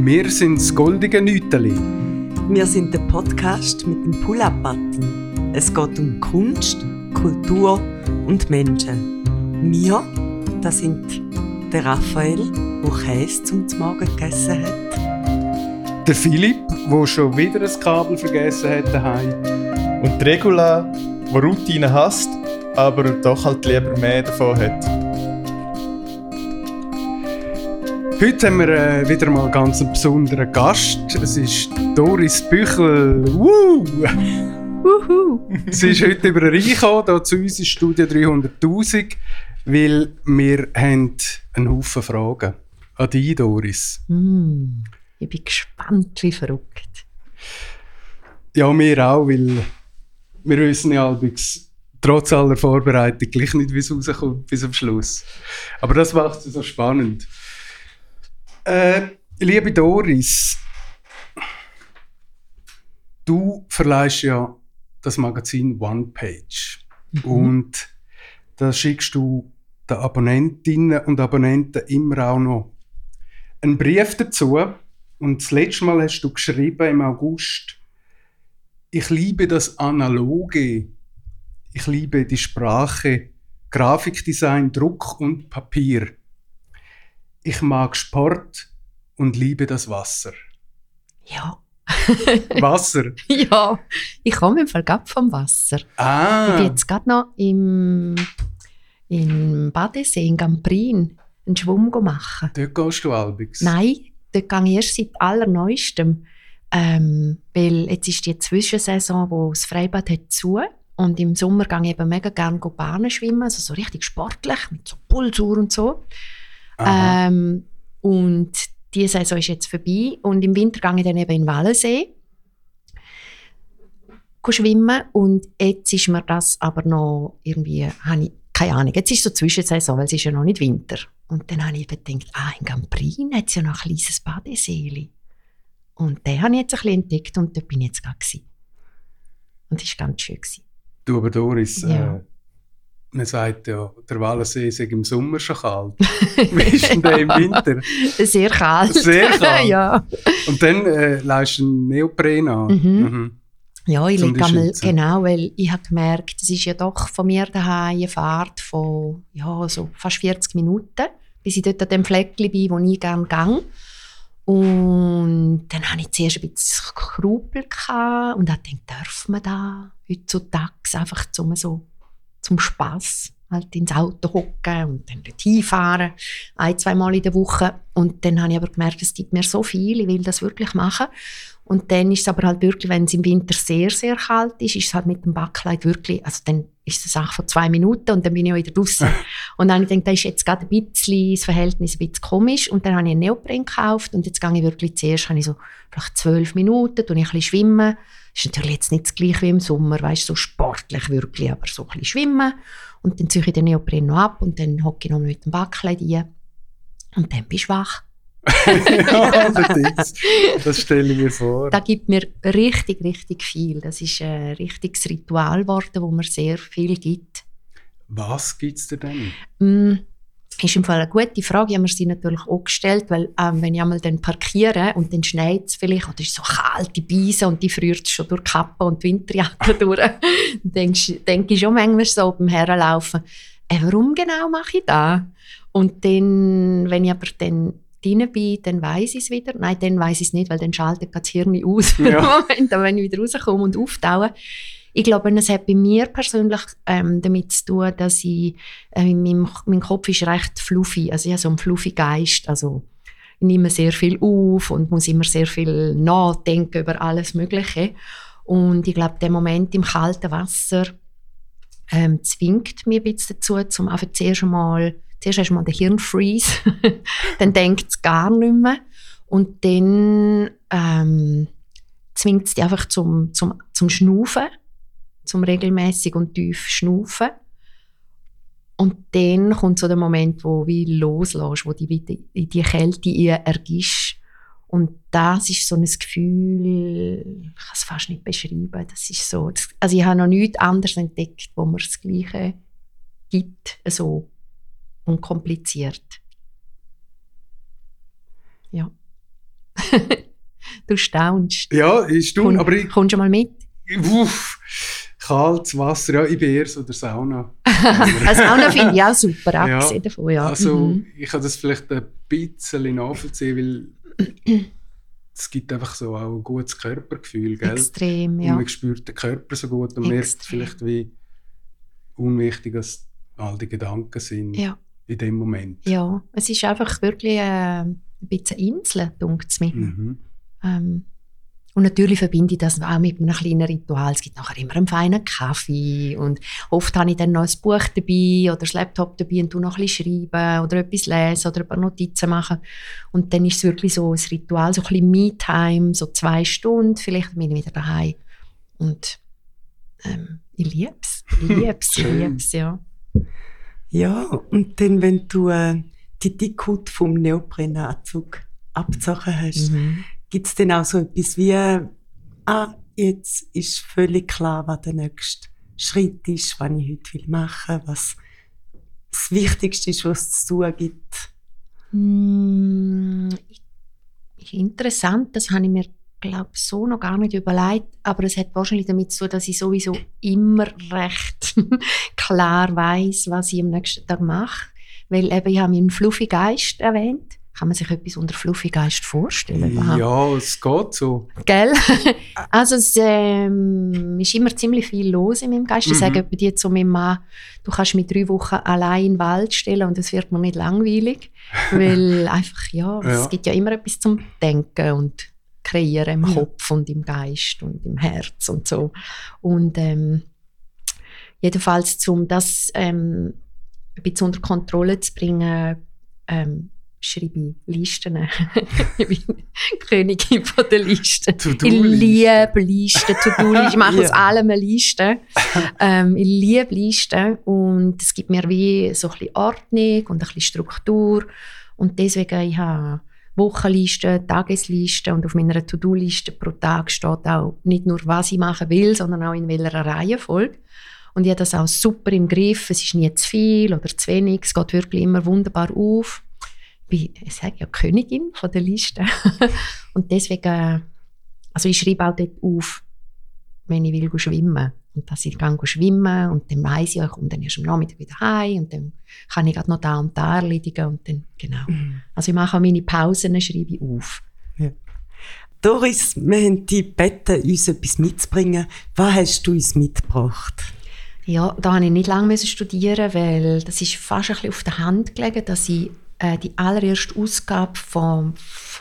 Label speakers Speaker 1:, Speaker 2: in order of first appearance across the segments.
Speaker 1: Wir sind das goldige Nüteli.
Speaker 2: Wir sind der Podcast mit dem Pull-Up-Button. Es geht um Kunst, Kultur und Menschen. Wir, das sind der Raphael, der Käse zum Morgen gegessen hat.
Speaker 1: Der Philipp, der schon wieder ein Kabel vergessen hat daheim.
Speaker 3: Und die Regula, die Routine hasst, aber doch halt lieber mehr davon hat.
Speaker 1: Heute haben wir wieder mal ganz einen besonderen Gast. Es ist Doris Büchel. Sie ist heute über den Rhein gekommen, hier zu uns ins Studio 300'000, weil wir haben einen Haufen Fragen an dich, Doris.
Speaker 2: Ich bin gespannt wie verrückt.
Speaker 1: Ja, wir auch, weil wir wissen ja allerdings trotz aller Vorbereitung gleich nicht, wie es rauskommt bis am Schluss. Aber das macht es so spannend. Liebe Doris, du verleihst ja das Magazin OnePage. Und da schickst du den Abonnentinnen und Abonnenten immer auch noch einen Brief dazu. Und das letzte Mal hast du geschrieben im August: Ich liebe das Analoge, ich liebe die Sprache, Grafikdesign, Druck und Papier. Ich mag Sport und liebe das Wasser.
Speaker 2: Ja.
Speaker 1: Wasser?
Speaker 2: Ja, ich komme im Fall gerade vom Wasser. Ich bin jetzt gerade noch im Badesee in Gamprin einen Schwumm machen.
Speaker 1: Dort gehst du allerdings?
Speaker 2: Nein, dort gehe ich erst seit allerneuestem. Weil jetzt ist die Zwischensaison, wo das Freibad hat zu. Und im Sommer gehe ich eben mega gerne Bahnen schwimmen, also so richtig sportlich, mit so Pulsuhr und so. Und diese Saison ist jetzt vorbei. Und im Winter gehe ich dann eben in den Wallensee schwimmen. Und jetzt ist mir das aber noch irgendwie, habe ich keine Ahnung, jetzt ist so Zwischensaison, weil es ist ja noch nicht Winter. Und dann habe ich gedacht, in Gamprin hat es ja noch ein kleines Badeseeli. Und den habe ich jetzt ein bisschen entdeckt und dort bin ich jetzt gerade gewesen. Und das war ganz schön.
Speaker 1: Du, aber Doris,
Speaker 2: Ja.
Speaker 1: Man sagt ja, der Wallensee ist im Sommer schon kalt. Wie ist denn der im Winter?
Speaker 2: Sehr kalt.
Speaker 1: Sehr kalt?
Speaker 2: Ja.
Speaker 1: Und dann leist du einen Neopren an.
Speaker 2: Ja, ich
Speaker 1: Zum
Speaker 2: liege einmal,
Speaker 1: schützen.
Speaker 2: genau, weil ich habe gemerkt, es ist ja doch von mir daheim eine Fahrt von so fast 40 Minuten, bis ich dort an dem Fleckchen bin, wo ich gerne gehe. Und dann hatte ich zuerst ein bisschen Skrupel und habe gedacht, darf man da heutzutage einfach zum Spass halt ins Auto hocken und dann dort hinfahren, 1-2 Mal in der Woche. Und dann habe ich aber gemerkt, es gibt mir so viel, ich will das wirklich machen. Und dann ist es aber halt wirklich, wenn es im Winter sehr, sehr kalt ist es halt mit dem Backkleid wirklich, also dann ist es eine Sache von 2 Minuten und dann bin ich auch wieder draussen. Und dann habe ich gedacht, das ist jetzt gerade das Verhältnis ein bisschen komisch. Und dann habe ich einen Neopren gekauft und jetzt gehe ich wirklich zuerst, habe ich so vielleicht 12 Minuten, tue ich ein bisschen schwimmen. Das ist natürlich jetzt nicht das Gleiche wie im Sommer, weißt, so sportlich wirklich, aber so ein bisschen schwimmen. Und dann ziehe ich den Neopren noch ab und dann hocke ich noch mit dem Backkleid rein. Und dann bin ich wach.
Speaker 1: Ja, allerdings. Das stelle ich mir vor.
Speaker 2: Das gibt mir richtig, richtig viel. Das ist ein richtiges Ritual geworden, wo mir sehr viel gibt.
Speaker 1: Was gibt es dir denn?
Speaker 2: Ist im Fall eine gute Frage. Ich habe mir sie natürlich auch gestellt, weil wenn ich einmal dann parkiere und dann schneit es vielleicht, oder es ist so kalte Beise und die friert schon durch die Kappe und die Winterjacke durch, dann denke ich schon manchmal so beim Herlaufen, warum genau mache ich das? Und dann, wenn ich aber dann drin bin, dann weiss ich es wieder. Nein, dann weiss ich es nicht, weil dann schaltet das Hirn aus für den Moment, aber wenn ich wieder rauskomme und auftaue. Ich glaube, es hat bei mir persönlich damit zu tun, dass ich, mein Kopf ist recht fluffy, also ich habe so einen fluffy Geist, also ich nehme sehr viel auf und muss immer sehr viel nachdenken über alles Mögliche. Und ich glaube, der Moment im kalten Wasser zwingt mich ein bisschen dazu, zum einfach zuerst hast du mal den Hirnfreeze, dann denkt es gar nicht mehr. Und dann zwingt es dich einfach zum Schnaufen, zum regelmäßig und tief Schnaufen. Und dann kommt so der Moment, wo du loslässt, wo du in die Kälte ergibst. Und das ist so ein Gefühl, ich kann es fast nicht beschreiben. Das ist so, also ich habe noch nichts anderes entdeckt, wo mir das Gleiche gibt, so unkompliziert. Ja. Du staunst.
Speaker 1: Ja, ich staune, aber ich...
Speaker 2: Kommst du mal mit?
Speaker 1: Uff, kaltes Wasser, ja, ich bin eher so der Sauna.
Speaker 2: Sauna finde ich auch super,
Speaker 1: Ja,
Speaker 2: abgesehen davon, ja.
Speaker 1: Also, ich kann das vielleicht ein bisschen nachvollziehen, weil es gibt einfach so auch ein gutes Körpergefühl, gell?
Speaker 2: Extrem, ja.
Speaker 1: Und man spürt den Körper so gut und merkt
Speaker 2: Extrem.
Speaker 1: vielleicht, wie unwichtig dass all die Gedanken sind
Speaker 2: Ja.
Speaker 1: in dem Moment.
Speaker 2: Ja, es ist einfach wirklich ein bisschen Insel, denkt es mir.
Speaker 1: Mhm.
Speaker 2: Und natürlich verbinde ich das auch mit einem kleinen Ritual. Es gibt nachher immer einen feinen Kaffee und oft habe ich dann noch ein Buch dabei oder das Laptop dabei und noch ein bisschen schreiben oder etwas lesen oder ein paar Notizen machen. Und dann ist es wirklich so ein Ritual, so ein bisschen Me-Time, so 2 Stunden, vielleicht bin ich wieder daheim. Und ich liebe es. Ich liebe es, ja.
Speaker 4: Ja, und dann, wenn du die Dickhaut vom Neoprenanzug abgezogen hast, gibt es dann auch so etwas wie, jetzt ist völlig klar, was der nächste Schritt ist, was ich heute machen will, was das Wichtigste ist, was es zu tun gibt?
Speaker 2: Interessant, das habe ich mir, glaube ich, so noch gar nicht überlegt, aber es hat wahrscheinlich damit zu tun, dass ich sowieso immer recht klar weiss, was ich am nächsten Tag mache, weil eben, ich habe meinen Fluffy Geist erwähnt. Kann man sich etwas unter Fluffy Geist vorstellen?
Speaker 1: Ja, es geht so.
Speaker 2: Gell? Also es ist immer ziemlich viel los in meinem Geist. Ich sage etwa dir zu meinem Mann, du kannst mich 3 Wochen allein in den Wald stellen und es wird mir nicht langweilig, weil einfach, es gibt ja immer etwas zum Denken und Kreieren im Kopf und im Geist und im Herz und so. Und jedenfalls, um das ein bisschen unter Kontrolle zu bringen, schreibe ich Listen. Ich bin Königin von der Listen. Ich liebe Listen, To-Do-Listen. Ich mache aus allem eine Liste. Ich liebe Listen und es gibt mir wie so ein bisschen Ordnung und ein bisschen Struktur. Und deswegen, ich habe Wochenlisten, Tageslisten und auf meiner To-Do-Liste pro Tag steht auch nicht nur, was ich machen will, sondern auch in welcher Reihenfolge. Und ich habe das auch super im Griff. Es ist nie zu viel oder zu wenig. Es geht wirklich immer wunderbar auf. Ich sage ja Königin von der Liste. Und deswegen, also ich schreibe auch dort auf, wenn ich will schwimmen. Und dass ich gehe schwimmen und dann weiss ich, ich komme dann erst am Nachmittag wieder heim und dann kann ich noch da und da erledigen und dann, genau. Also ich mache auch meine Pausen, schreibe ich auf.
Speaker 4: Ja. Doris, wir haben dich gebeten, uns etwas mitzubringen. Was hast du uns mitgebracht?
Speaker 2: Ja, da musste ich nicht lange studieren, weil das ist fast ein bisschen auf der Hand gelegen, dass ich die allererste Ausgabe von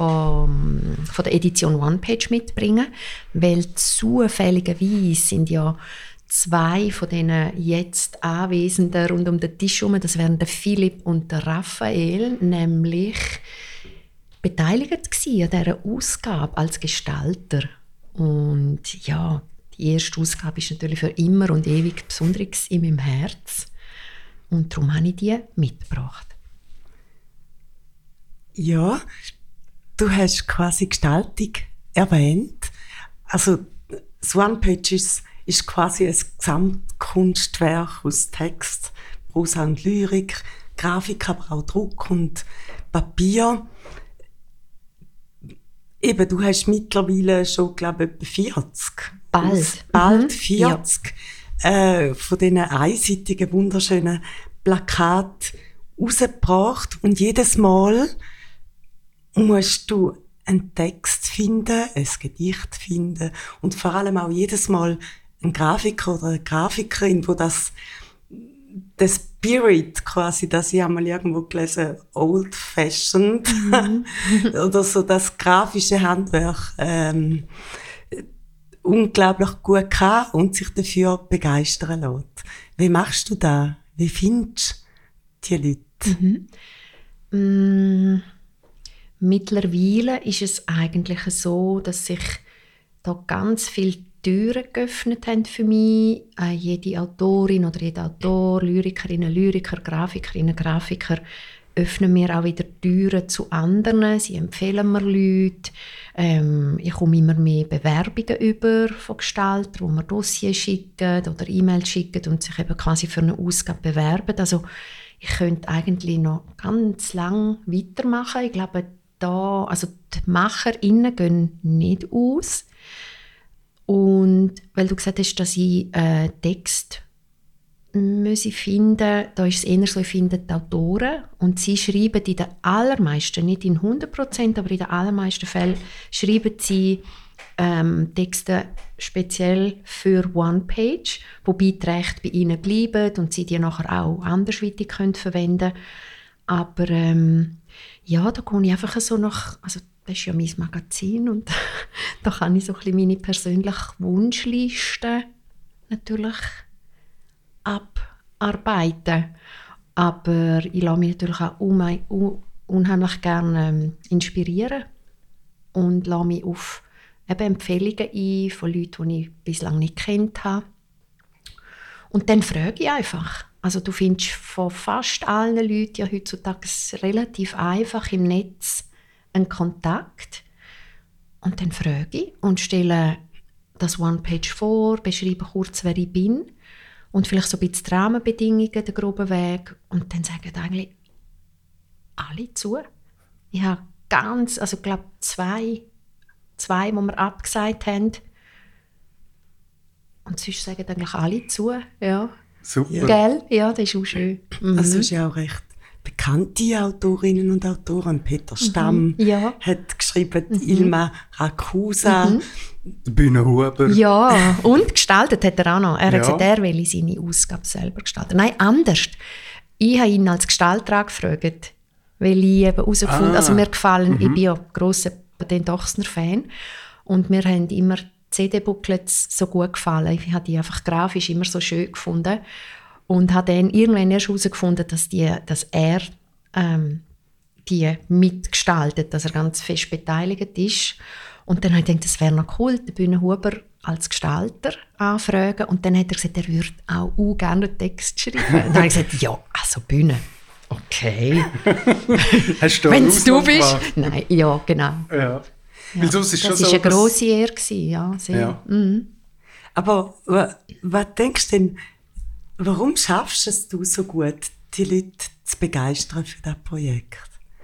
Speaker 2: der Edition One-Page mitbringen, weil zufälligerweise sind ja 2 von diesen jetzt Anwesenden rund um den Tisch herum, das wären der Philipp und der Raphael, nämlich beteiligt gewesen an dieser Ausgabe als Gestalter. Und ja, die erste Ausgabe ist natürlich für immer und ewig Besonderes in meinem Herz. Und darum habe ich die mitgebracht.
Speaker 4: Ja, du hast quasi Gestaltung erwähnt. Also das One-Page ist quasi ein Gesamtkunstwerk aus Text, Prosa und Lyrik, Grafik, aber auch Druck und Papier. Eben, du hast mittlerweile schon, glaube ich, etwa 40. Bald 40 von diesen einseitigen, wunderschönen Plakaten rausgebracht. Und jedes Mal musst du einen Text finden, ein Gedicht finden und vor allem auch jedes Mal einen Grafiker oder eine Grafikerin, wo der Spirit quasi, das ich einmal irgendwo gelesen, old-fashioned, oder so das grafische Handwerk unglaublich gut kann und sich dafür begeistern lässt. Wie machst du das? Wie findest du die
Speaker 2: Leute? Mittlerweile ist es eigentlich so, dass sich da ganz viele Türen geöffnet haben für mich. Jede Autorin oder jeder Autor, Lyrikerinnen, Lyriker, Grafikerinnen, Grafiker öffnen mir auch wieder Türen zu anderen. Sie empfehlen mir Leute. Ich komme immer mehr Bewerbungen über von Gestaltern, wo mir Dossiers schicken oder E-Mails schicken und sich eben quasi für eine Ausgabe bewerben. Also ich könnte eigentlich noch ganz lang weitermachen. Ich glaube, da, also die MacherInnen gehen nicht aus. Und weil du gesagt hast, dass ich Text muss ich finden, da ist es eher so, ich finde die Autoren und sie schreiben in den allermeisten, nicht in 100%, aber in den allermeisten Fällen schreiben sie Texte speziell für One-Page, wobei die Rechte bei ihnen bleiben und sie die nachher auch andersweitig verwenden können. Aber ja, da gehe ich einfach so nach, also das ist ja mein Magazin und da kann ich so ein bisschen meine persönliche Wunschliste natürlich abarbeiten. Aber ich lasse mich natürlich auch unheimlich gerne inspirieren und lasse mich auf Empfehlungen ein von Leuten, die ich bislang nicht gekannt habe. Und dann frage ich einfach. Also du findest von fast allen Leuten ja heutzutage relativ einfach im Netz einen Kontakt. Und dann frage ich und stelle das One-Page vor, beschreibe kurz, wer ich bin und vielleicht so ein bisschen die Rahmenbedingungen, den groben Weg. Und dann sagen eigentlich alle zu. Ich habe ich glaube zwei, die wir abgesagt haben. Und sonst sagen eigentlich alle zu. Ja.
Speaker 1: Super.
Speaker 2: Gell? Ja, das ist auch schön.
Speaker 4: Also es ist ja auch recht bekannte Autorinnen und Autoren. Peter Stamm hat geschrieben, Ilma Rakusa.
Speaker 1: Bühne Huber.
Speaker 2: Ja, und gestaltet hat er auch noch. Er hat gesagt, er will seine Ausgabe selber gestalten. Nein, anders. Ich habe ihn als Gestalter angefragt, weil ich eben herausgefunden also mir gefallen, ich bin ja grosser Patent Ochsner-Fan und mir haben immer CD-Booklets so gut gefallen. Ich habe die einfach grafisch immer so schön gefunden und habe dann irgendwann erst herausgefunden, dass er die mitgestaltet, dass er ganz fest beteiligt ist. Und dann habe ich gedacht, das wäre noch cool, den Bühne Huber als Gestalter anfragen. Und dann hat er gesagt, er würde auch gerne einen Text schreiben. Dann habe ich gesagt, ja, also Bühne. Okay.
Speaker 1: Hast du
Speaker 2: wenn es du bist. Nein, ja, genau.
Speaker 1: Ja.
Speaker 2: Ja, das war eine grosse Ehre. Ja, sehr.
Speaker 1: Ja.
Speaker 4: Aber was denkst du denn, warum schaffst du es so gut, die Leute zu begeistern für dieses Projekt?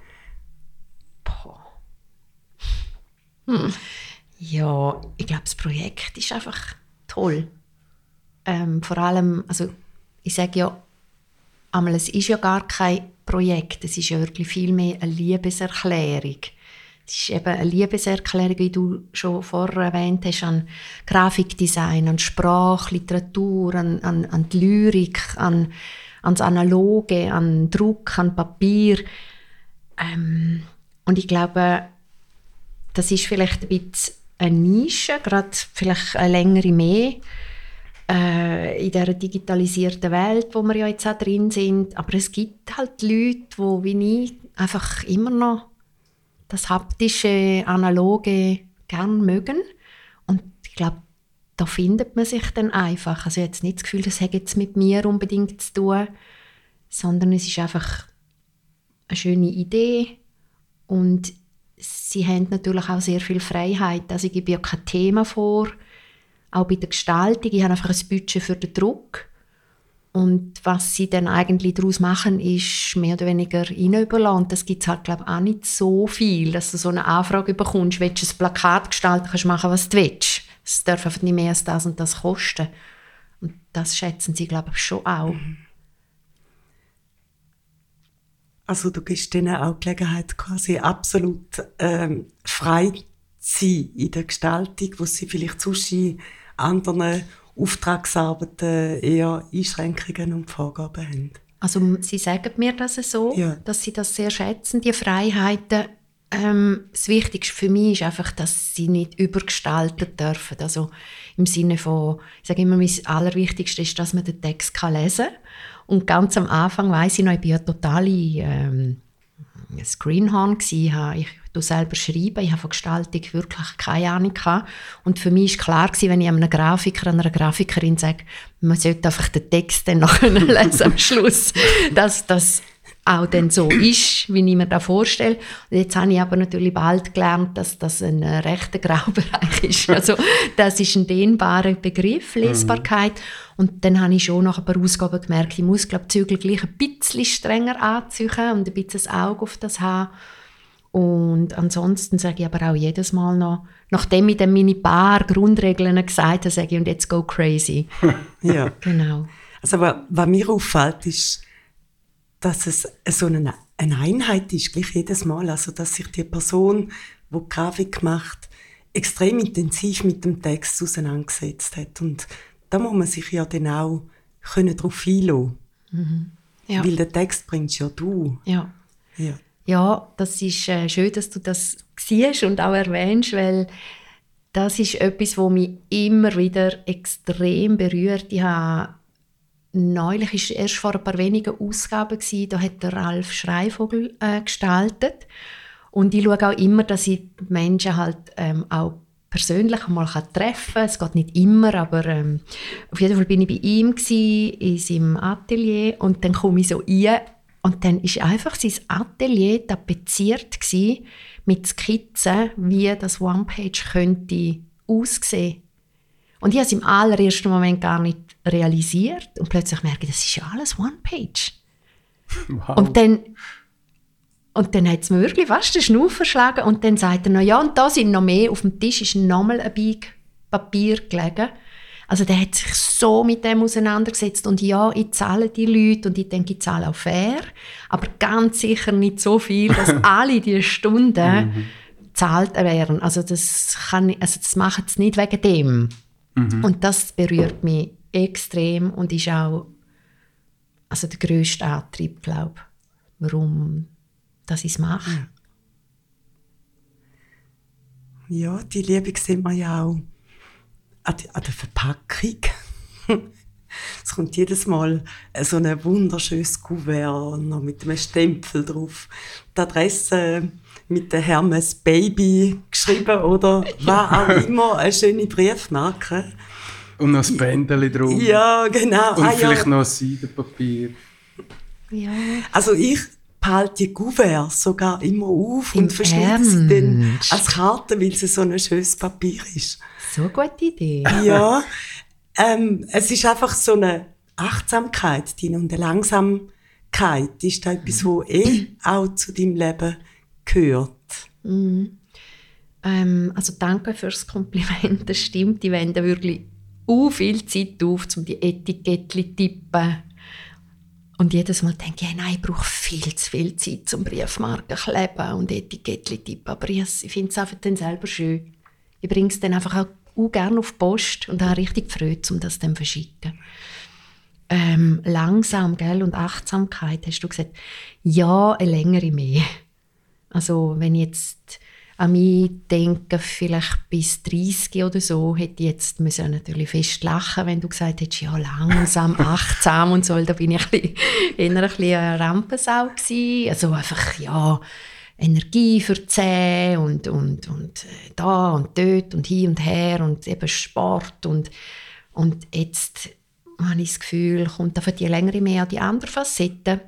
Speaker 2: Ja, ich glaube, das Projekt ist einfach toll. Vor allem, also ich sage ja, einmal, es ist ja gar kein Projekt, es ist ja wirklich viel mehr eine Liebeserklärung. Es ist eben eine Liebeserklärung, wie du schon vorher erwähnt hast, an Grafikdesign, an Sprache, Literatur, an die Lyrik, an das Analoge, an Druck, an Papier. Und ich glaube, das ist vielleicht ein bisschen eine Nische, gerade vielleicht eine längere mehr in dieser digitalisierten Welt, wo wir ja jetzt auch drin sind. Aber es gibt halt Leute, die wie ich einfach immer noch das haptische, analoge gern mögen. Und ich glaube, da findet man sich dann einfach. Also ich habe jetzt nicht das Gefühl, das hat jetzt mit mir unbedingt zu tun, sondern es ist einfach eine schöne Idee und sie haben natürlich auch sehr viel Freiheit. Also ich gebe ja kein Thema vor, auch bei der Gestaltung. Ich habe einfach ein Budget für den Druck. Und was sie dann eigentlich daraus machen, ist mehr oder weniger ihnen überlassen. Das gibt es halt, glaube ich, auch nicht so viel, dass du so eine Anfrage bekommst, willst du ein Plakat gestalten, kannst du machen, was du willst. Es darf einfach nicht mehr als das und das kosten. Und das schätzen sie, glaube ich, schon auch.
Speaker 4: Also du gibst denen auch die Gelegenheit, quasi absolut frei zu sein in der Gestaltung, wo sie vielleicht sonst in anderen Auftragsarbeiten eher Einschränkungen und Vorgaben haben.
Speaker 2: Also sie sagen mir das so, dass sie das sehr schätzen, die Freiheiten. Das Wichtigste für mich ist einfach, dass sie nicht übergestalten dürfen. Also im Sinne von, ich sage immer, das Allerwichtigste ist, dass man den Text lesen kann. Und ganz am Anfang weiss ich noch, ich war ja totale Screenhorn. Ich selber schreiben, ich habe von Gestaltung wirklich keine Ahnung gehabt. Und für mich war klar, wenn ich einem Grafiker, einer Grafikerin sage, man sollte einfach den Text dann noch lesen am Schluss, dass das auch dann so ist, wie ich mir das vorstelle. Und jetzt habe ich aber natürlich bald gelernt, dass das ein rechter Graubereich ist. Also das ist ein dehnbarer Begriff, Lesbarkeit. Und dann habe ich schon nach ein paar Ausgaben gemerkt, ich muss, glaube ich, die Zügel gleich ein bisschen strenger anziehen und ein bisschen das Auge auf das haben. Und ansonsten sage ich aber auch jedes Mal noch, nachdem ich dann meine paar Grundregeln gesagt habe, sage ich, und jetzt go crazy.
Speaker 4: Ja.
Speaker 2: Genau.
Speaker 4: Also was mir auffällt, ist, dass es so eine Einheit ist, gleich jedes Mal. Also dass sich die Person, die die Grafik macht, extrem intensiv mit dem Text auseinandergesetzt hat. Und da muss man sich ja dann auch darauf einlassen.
Speaker 2: Mhm. Ja.
Speaker 4: Weil den Text bringst ja du.
Speaker 2: Ja.
Speaker 4: Ja.
Speaker 2: Ja, das ist schön, dass du das siehst und auch erwähnst, weil das ist etwas, was mich immer wieder extrem berührt. Ich habe neulich, ist erst vor ein paar wenigen Ausgaben gewesen, da hat der Ralf Schreivogel gestaltet. Und ich schaue auch immer, dass ich die Menschen halt auch persönlich einmal treffen kann. Es geht nicht immer, aber auf jeden Fall bin ich bei ihm gewesen, in seinem Atelier, und dann komme ich so rein. Und dann war einfach sein Atelier tapeziert gewesen mit Skizzen, wie das One-Page könnte aussehen. Und ich habe es im allerersten Moment gar nicht realisiert. Und plötzlich merke ich, das ist ja alles One-Page.
Speaker 1: Wow.
Speaker 2: Und dann hat es mir wirklich fast den Schnauff verschlagen. Und dann sagt er noch, ja, und da sind noch mehr. Auf dem Tisch ist nochmal ein Beig Papier gelegen. Also der hat sich so mit dem auseinandergesetzt. Und ja, ich zahle die Leute und ich denke, ich zahle auch fair, aber ganz sicher nicht so viel, dass alle diese Stunden gezahlt werden. Also das machen sie nicht wegen dem. Und das berührt mich extrem und ist auch also der grösste Antrieb, glaube ich, warum dass ich es mache.
Speaker 4: Ja, die Liebe sehen wir ja auch an der Verpackung. Es kommt jedes Mal so ein wunderschönes Kuvert noch mit einem Stempel drauf. Die Adresse mit der Hermes Baby geschrieben oder was auch immer, eine schöne Briefmarke.
Speaker 1: Und noch ein Bändchen drauf.
Speaker 4: Ja, genau.
Speaker 1: Und vielleicht noch ein Seidenpapier.
Speaker 2: Ja.
Speaker 4: Also ich behalte die Kuverts sogar immer auf
Speaker 2: Im
Speaker 4: und verschneide sie dann
Speaker 2: Ernst?
Speaker 4: als Karte, weil es so ein schönes Papier ist.
Speaker 2: So eine gute Idee.
Speaker 4: Ja, es ist einfach so eine Achtsamkeit drin und eine Langsamkeit. Ist da etwas, was auch zu deinem Leben gehört?
Speaker 2: Also danke fürs Kompliment. Das stimmt, ich wende wirklich viel Zeit auf, um die Etikettchen zu tippen. Und jedes Mal denke ich, nein, ich brauche viel zu viel Zeit zum Briefmarken kleben und Etikettchen tippen. Aber ich finde es einfach dann selber schön. Ich bringe es dann einfach auch gerne auf die Post und habe richtig Freude, um das dann zu verschicken. Langsam, gell, und Achtsamkeit, hast du gesagt. Ja, eine längere mehr. Also wenn ich jetzt an mich denke, vielleicht bis 30 oder so, hätte ich jetzt natürlich fest lachen, wenn du gesagt hättest, ja, langsam, achtsam und so. Da bin ich eher ein bisschen eine Rampensau gewesen. Also einfach, ja, Energie für die Zähne und da und dort und hin und her und eben Sport. Und jetzt habe ich das Gefühl, kommt einfach die längere mehr an die andere Facette.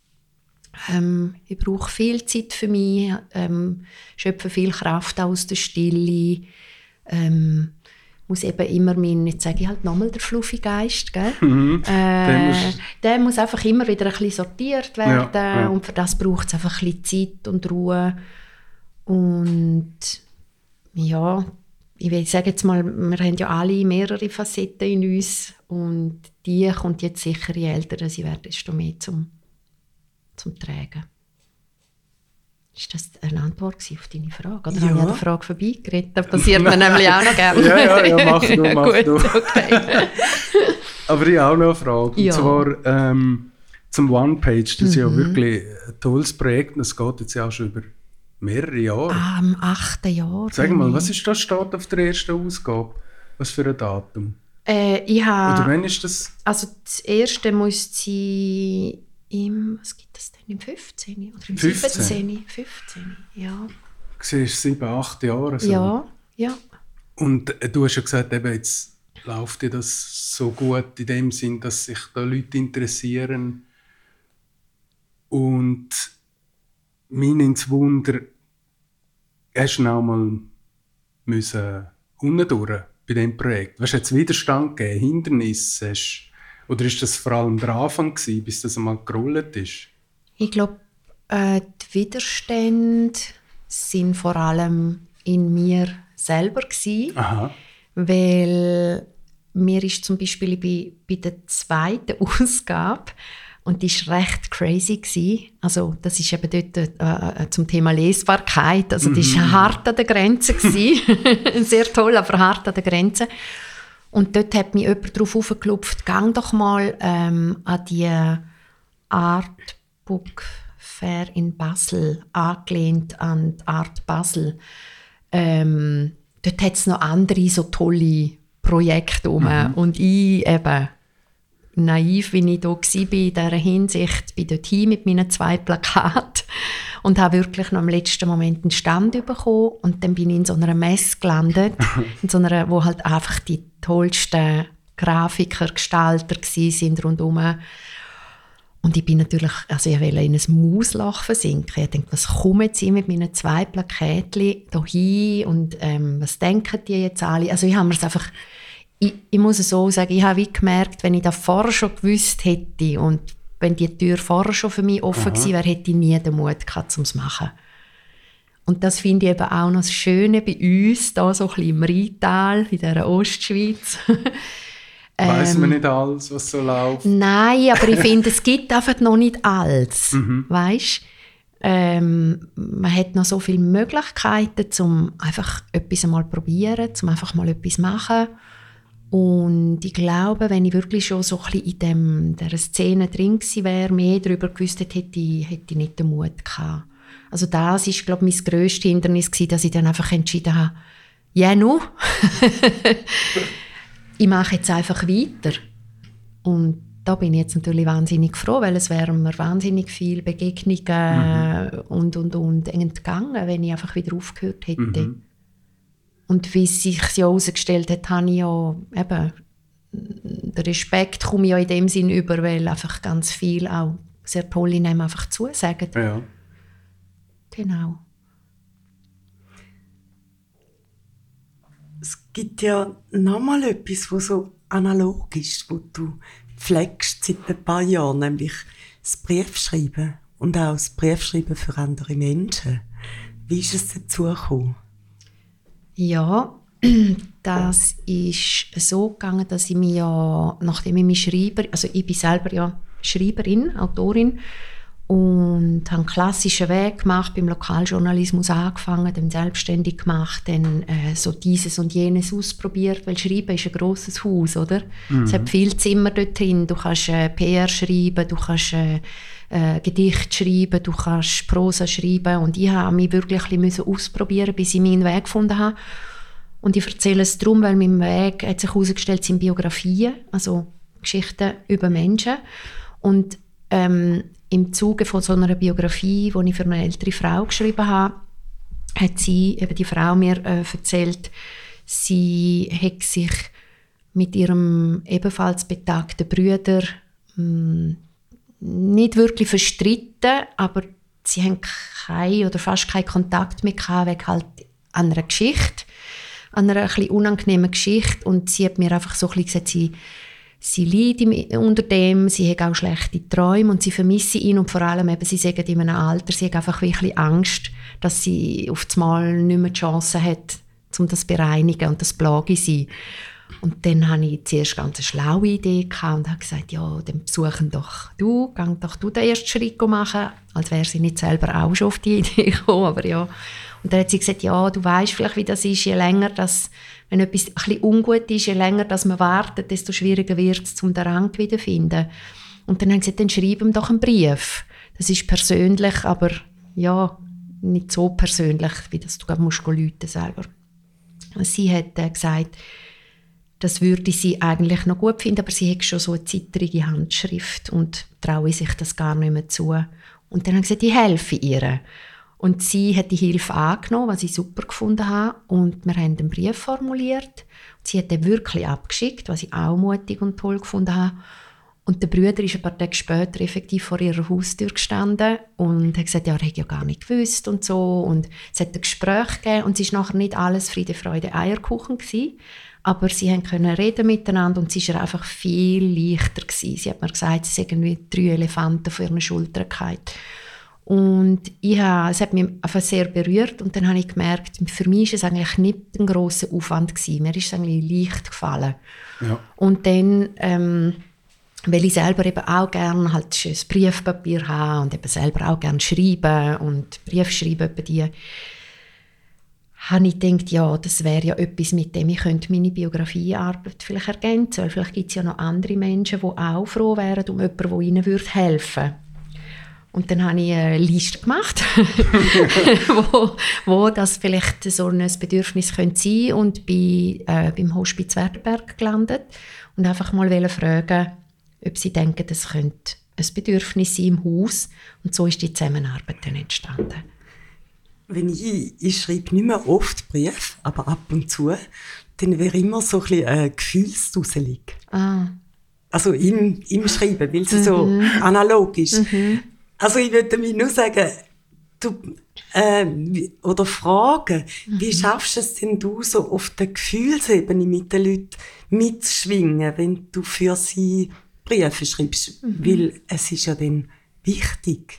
Speaker 2: Ich brauche viel Zeit für mich, schöpfe viel Kraft aus der Stille, muss eben immer jetzt sage ich halt nochmal der fluffy Geist, gell? Der muss einfach immer wieder ein bisschen sortiert werden, ja. Und für das braucht es einfach ein bisschen Zeit und Ruhe. Und ja, ich sage jetzt mal, wir haben ja alle mehrere Facetten in uns und die kommt jetzt sicher, je älter sie werden, desto mehr zum Tragen. Ist das eine Antwort auf deine Frage? Oder habe ich an der Frage vorbeigeredet? Das passiert mir nämlich auch noch gerne.
Speaker 1: Ja, mach du.
Speaker 2: Gut, okay.
Speaker 1: Aber ich habe auch noch eine Frage.
Speaker 2: Ja.
Speaker 1: Und zwar zum One-Page. Das ist ja wirklich ein tolles Projekt. Das geht jetzt ja auch schon über mehrere Jahre.
Speaker 2: Am 8. Jahr.
Speaker 1: Sag mal, was ist das steht auf der ersten Ausgabe? Was für ein Datum?
Speaker 2: Oder
Speaker 1: wann ist das?
Speaker 2: Also das erste muss sie was gibt es denn, im 15. oder im 17? 15, ja.
Speaker 1: Du siehst 7, 8 Jahre. So.
Speaker 2: Ja.
Speaker 1: Und du hast ja gesagt, eben jetzt läuft dir das so gut in dem Sinn, dass sich da Leute interessieren. Und mich ins Wunder, hast du auch mal unten durch bei diesem Projekt? Hast du jetzt Widerstand gegeben, Hindernisse? Oder ist das vor allem der Anfang gewesen, bis das einmal gerollt ist?
Speaker 2: Ich glaube, die Widerstände sind vor allem in mir selber gewesen.
Speaker 1: Aha.
Speaker 2: Weil mir ist zum Beispiel bei der zweiten Ausgabe, und die war recht crazy gewesen. Also das ist eben dort zum Thema Lesbarkeit. Also die war hart an der Grenze gewesen. Sehr toll, aber hart an der Grenze. Und dort hat mich jemand darauf aufgeklopft, gang doch mal an die Art Book Fair in Basel, angelehnt an die Art Basel. Dort hat es noch andere so tolle Projekte rum. Und ich eben, naiv wie ich da war in dieser Hinsicht, bin dorthin mit meinen 2 Plakaten und habe wirklich noch im letzten Moment einen Stand bekommen. Und dann bin ich in so einer Messe gelandet, in so einer, wo halt einfach die tollsten Grafiker, Gestalter waren rundherum. Und ich bin natürlich, also ich wollte in ein Mausloch versinken. Ich dachte, was kommen sie mit meinen 2 Plakätchen hier hin und was denken die jetzt alle? Also ich habe mir es einfach, ich muss es so sagen, ich habe wie gemerkt, wenn ich das vorher schon gewusst hätte und wenn die Tür vorher schon für mich offen gewesen wäre, hätte ich nie den Mut gehabt, um es zu machen. Und das finde ich eben auch noch das Schöne bei uns, da so ein bisschen im Rheintal, in dieser Ostschweiz.
Speaker 1: Weiss man nicht alles, was so läuft?
Speaker 2: Nein, aber ich finde, es gibt einfach noch nicht alles. Weißt? Man hat noch so viele Möglichkeiten, um einfach etwas mal probieren, um einfach mal etwas machen. Und ich glaube, wenn ich wirklich schon so ein bisschen in dieser Szene drin gewesen wäre, mehr darüber gewusst hätte, hätte ich nicht den Mut gehabt. Also das war, glaube ich, mein grösstes Hindernis gewesen, dass ich dann einfach entschieden habe, ja, nu. Ich mache jetzt einfach weiter. Und da bin ich jetzt natürlich wahnsinnig froh, weil es wären mir wahnsinnig viele Begegnungen und entgangen, wenn ich einfach wieder aufgehört hätte. Und wie es sich ja herausgestellt hat, habe ich ja eben, den Respekt komme ich ja in dem Sinn über, weil einfach ganz viel auch sehr tolle Namen einfach zusagen.
Speaker 1: Ja.
Speaker 2: Genau.
Speaker 4: Es gibt ja nochmal etwas, was so analog ist, was du pflegst seit ein paar Jahren, nämlich das Briefschreiben und auch das Briefschreiben für andere Menschen. Wie ist es dazu gekommen?
Speaker 2: Ja, das ist so gegangen, dass ich mich ja, nachdem ich mich schreibe, also ich bin selber ja Schreiberin, Autorin, und habe einen klassischen Weg gemacht, beim Lokaljournalismus angefangen, dann selbstständig gemacht, dann so dieses und jenes ausprobiert, weil Schreiben ist ein grosses Haus, oder? Es hat viele Zimmer dort drin, du kannst PR schreiben, du kannst Gedichte schreiben, du kannst Prosa schreiben, und ich habe mich wirklich ein bisschen ausprobieren, bis ich meinen Weg gefunden habe. Und ich erzähle es darum, weil mein Weg hat sich herausgestellt, sind Biografien, also Geschichten über Menschen. Und im Zuge von so einer Biografie, die ich für eine ältere Frau geschrieben habe, hat sie, eben die Frau, mir erzählt, sie hat sich mit ihrem ebenfalls betagten Bruder nicht wirklich verstritten, aber sie haben keinen oder fast keinen Kontakt mehr gehabt, wegen halt einer Geschichte, einer ein bisschen unangenehmen Geschichte. Und sie hat mir einfach so ein bisschen gesagt, sie leidet unter dem, sie hat auch schlechte Träume und sie vermisse ihn, und vor allem eben, sie sagen in einem Alter, sie hat einfach wirklich Angst, dass sie auf einmal nicht mehr die Chance hat, um das zu bereinigen, und das plage sie. Und dann hatte ich zuerst ganz eine schlaue Idee und habe gesagt, ja, dann besuchen doch du, geh doch du den ersten Schritt machen, als wäre sie nicht selber auch schon auf die Idee gekommen, aber ja. Und dann hat sie gesagt, ja, du weißt vielleicht, wie das ist, je länger das, wenn etwas ein bisschen ungut ist, je länger dass man wartet, desto schwieriger wird es, um den Rang wiederzufinden. Und dann haben sie gesagt, dann schreib ihm doch einen Brief. Das ist persönlich, aber ja, nicht so persönlich, wie das du musst rufen selber. Sie hat gesagt, das würde sie eigentlich noch gut finden, aber sie hat schon so eine zittrige Handschrift und traue sich das gar nicht mehr zu. Und dann haben sie gesagt, ich helfe ihr. Und sie hat die Hilfe angenommen, was ich super gefunden habe. Und wir haben einen Brief formuliert. Sie hat den wirklich abgeschickt, was ich auch mutig und toll gefunden habe. Und der Bruder ist ein paar Tage später effektiv vor ihrer Haustür gestanden und hat gesagt, ja, er hätte ja gar nicht gewusst und so. Und es hat ein Gespräch gegeben und es war nachher nicht alles Friede, Freude, Eierkuchen gewesen. Aber sie konnten reden miteinander und es war einfach viel leichter gewesen. Sie hat mir gesagt, sie seien wie 3 Elefanten auf ihren Schultern gefallen. Und es hat mich einfach sehr berührt und dann habe ich gemerkt, für mich war es eigentlich nicht ein grosser Aufwand gewesen. Mir ist es eigentlich leicht gefallen.
Speaker 1: Ja.
Speaker 2: Und dann, weil ich selber eben auch gerne halt ein Briefpapier habe und eben selber auch gerne schreiben und Briefe schreiben, habe ich gedacht, ja, das wäre ja etwas, mit dem ich meine Biografiearbeit vielleicht ergänzen könnte. Vielleicht gibt es ja noch andere Menschen, die auch froh wären um jemanden, der ihnen helfen würde. Und dann habe ich eine Liste gemacht, wo das vielleicht so ein Bedürfnis könnte sein und bin beim Hospiz Werdenberg gelandet und einfach mal fragen, ob sie denken, das könnte ein Bedürfnis sein im Haus. Und so ist die Zusammenarbeit dann entstanden.
Speaker 4: Wenn ich schreibe nicht mehr oft Briefe, aber ab und zu, dann wäre immer so ein bisschen gefühlsduselig.
Speaker 2: Ah.
Speaker 4: Also im Schreiben, weil es so analog ist. Also ich würde mir nur sagen, oder fragen, wie schaffst du es denn du so auf der Gefühlsebene mit den Leuten mitzuschwingen, wenn du für sie Briefe schreibst? Weil es ist ja dann wichtig.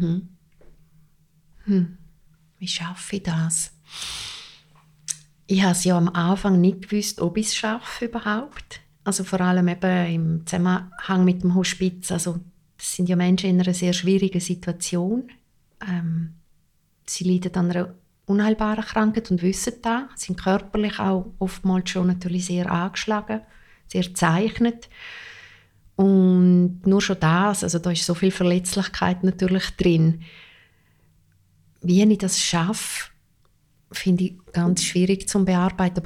Speaker 2: Wie schaffe ich das? Ich habe es ja am Anfang nicht gewusst, ob ich es schaffe überhaupt. Also vor allem eben im Zusammenhang mit dem Hospiz. Also das sind ja Menschen in einer sehr schwierigen Situation. Sie leiden an einer unheilbaren Krankheit und wissen das. Sie sind körperlich auch oftmals schon natürlich sehr angeschlagen, sehr gezeichnet. Und nur schon das, also da ist so viel Verletzlichkeit natürlich drin. Wie ich das schaffe, finde ich ganz schwierig zum Beantworten.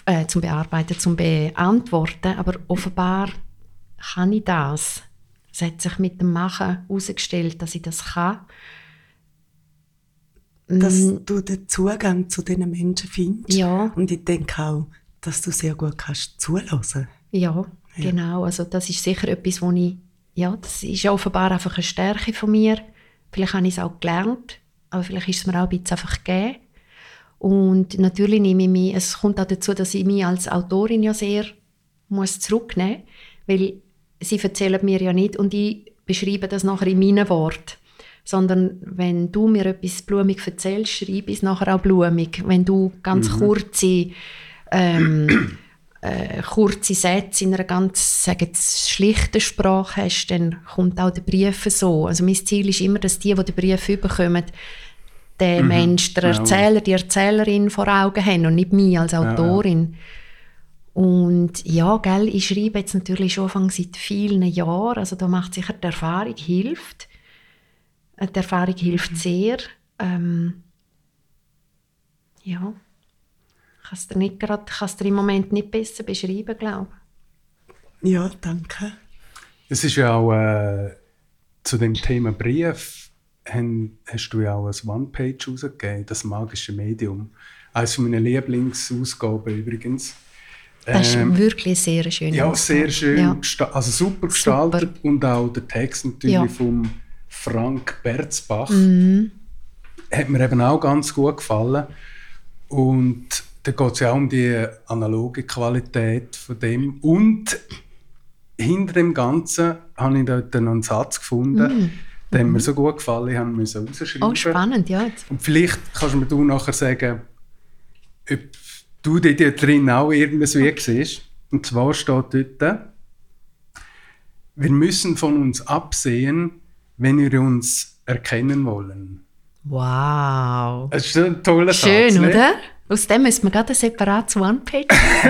Speaker 2: Aber offenbar kann ich das. Es hat sich mit dem Machen herausgestellt, dass ich das kann.
Speaker 4: Dass du den Zugang zu diesen Menschen findest.
Speaker 2: Ja.
Speaker 4: Und ich denke auch, dass du sehr gut kannst zuhören.
Speaker 2: Ja, genau. Also das ist sicher etwas, wo das ist offenbar einfach eine Stärke von mir. Vielleicht habe ich es auch gelernt, aber vielleicht ist es mir auch ein bisschen einfach gegeben. Und natürlich es kommt auch dazu, dass ich mich als Autorin ja sehr zurücknehmen muss, weil sie erzählen mir ja nicht und ich beschreibe das nachher in meinen Worten. Sondern wenn du mir etwas blumig erzählst, schreibe ich es nachher auch blumig. Wenn du ganz kurze Sätze in einer ganz schlichten Sprache hast, dann kommt auch der Brief so. Also mein Ziel ist immer, dass die den Brief bekommen, der Mensch, der Erzähler, die Erzählerin vor Augen haben und nicht mich als Autorin. Ja. Und ja, ich schreibe jetzt natürlich schon seit vielen Jahren, also da macht sicher die Erfahrung hilft. Die Erfahrung hilft sehr. Ich kann es dir im Moment nicht besser beschreiben, glaube
Speaker 4: ich. Ja, danke.
Speaker 1: Es ist ja auch zu dem Thema Brief hast du ja auch ein One-Page rausgegeben, das magische Medium. Eines meiner Lieblingsausgaben übrigens.
Speaker 2: Das ist wirklich sehr schön.
Speaker 1: Ja, sehr schön. Ja. Also super gestaltet. Super. Und auch der Text natürlich vom Frank Berzbach. Hat mir eben auch ganz gut gefallen. Und da geht es ja auch um die analoge Qualität von dem. Und hinter dem Ganzen habe ich dort noch einen Satz gefunden, der mir so gut gefallen hat, musste rausschreiben.
Speaker 2: Oh, spannend, ja.
Speaker 1: Und vielleicht kannst du mir nachher sagen, ob du dort drin auch irgendwas siehst. Und zwar steht dort, wir müssen von uns absehen, wenn wir uns erkennen wollen.
Speaker 2: Wow.
Speaker 1: Das ist ein toller Satz.
Speaker 2: Schön, oder? Aus dem müssen wir gerade ein separates One-Page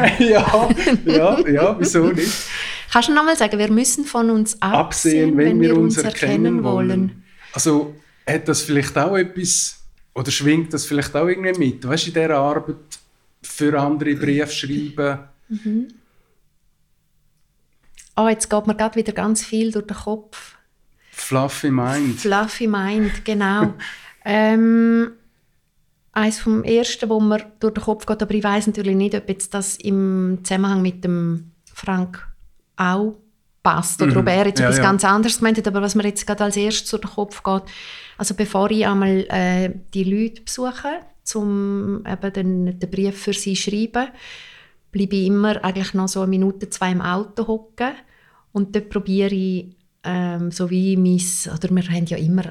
Speaker 1: ja, wieso nicht?
Speaker 2: Kannst du noch mal sagen, wir müssen von uns absehen, wenn wir uns erkennen wollen?
Speaker 1: Also hat das vielleicht auch etwas, oder schwingt das vielleicht auch irgendwie mit? Weißt du, in dieser Arbeit für andere Briefe schreiben?
Speaker 2: Oh, jetzt geht mir gerade wieder ganz viel durch den Kopf.
Speaker 1: Fluffy Mind.
Speaker 2: Fluffy Mind, genau. Eines vom Ersten, wo mir durch den Kopf geht, aber ich weiss natürlich nicht, ob jetzt das im Zusammenhang mit dem Frank auch passt oder ob er jetzt etwas ganz anderes gemeint hat, aber was mir jetzt gerade als erstes durch den Kopf geht, also bevor ich einmal die Leute besuche, um eben den Brief für sie zu schreiben, bleibe ich immer eigentlich noch so 1 Minute, 2 im Auto hocken und dort probiere ich, so wie wir haben ja immer, also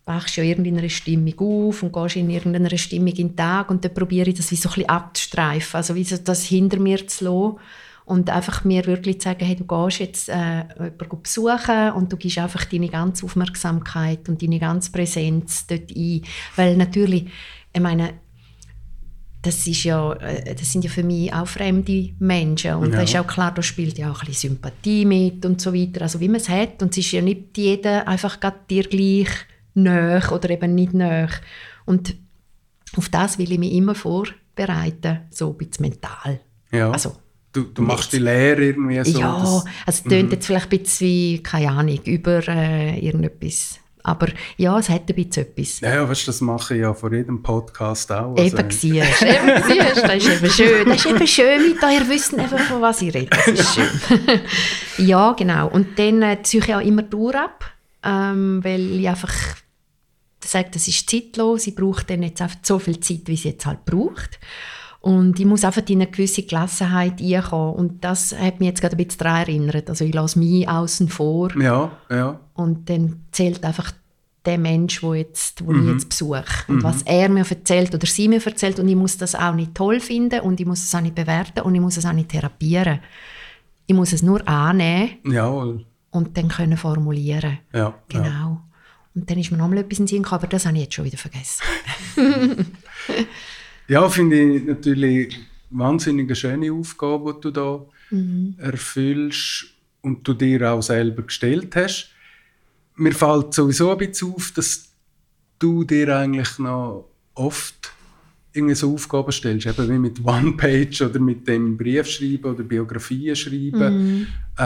Speaker 2: wachst ja in irgendeiner Stimmung auf und gehst in irgendeiner Stimmung in den Tag und dann probiere ich das wie so ein bisschen abzustreifen, also wie so das hinter mir zu lassen und einfach mir wirklich zu sagen, hey, du gehst jetzt jemanden besuchen und du gibst einfach deine ganze Aufmerksamkeit und deine ganze Präsenz dort ein, weil natürlich, ich meine, das sind ja für mich auch fremde Menschen und da ist auch klar, da spielt ja auch ein bisschen Sympathie mit und so weiter, also wie man es hat und es ist ja nicht jeder einfach gerade dir gleich nahe oder eben nicht nahe und auf das will ich mich immer vorbereiten, so ein bisschen mental.
Speaker 1: Ja.
Speaker 2: Also,
Speaker 1: du machst die Lehre irgendwie so.
Speaker 2: Ja, also es tönt jetzt vielleicht ein bisschen wie, keine Ahnung, über irgendetwas. Aber ja, es hat ein bisschen etwas.
Speaker 1: Ja, weißt, das mache ich ja vor jedem Podcast auch.
Speaker 2: Also. Eben siehst, das ist eben schön. Das ist eben schön, mit ihr wisst einfach, von was ich rede. Das ist schön. Ja, genau. Und dann ziehe ich auch immer durch ab, weil ich einfach sage, das ist zeitlos. Ich brauche dann jetzt einfach so viel Zeit, wie sie jetzt halt braucht. Und ich muss einfach in eine gewisse Gelassenheit reinkommen. Und das hat mich jetzt gerade ein bisschen daran erinnert. Also ich lasse mich außen vor.
Speaker 1: Ja.
Speaker 2: Und dann zählt einfach der Mensch, den ich jetzt besuche. Und was er mir erzählt oder sie mir erzählt. Und ich muss das auch nicht toll finden und ich muss es auch nicht bewerten und ich muss es auch nicht therapieren. Ich muss es nur annehmen und dann können formulieren.
Speaker 1: Ja,
Speaker 2: genau.
Speaker 1: Ja.
Speaker 2: Und dann ist mir nochmal etwas in den Sinn gekommen, aber das habe ich jetzt schon wieder vergessen.
Speaker 1: Ja, finde ich natürlich wahnsinnig eine schöne Aufgabe, die du da erfüllst und du dir auch selber gestellt hast. Mir fällt sowieso ein bisschen auf, dass du dir eigentlich noch oft irgendwie so Aufgaben stellst, eben wie mit One-Page oder mit dem Briefschreiben oder Biografien schreiben.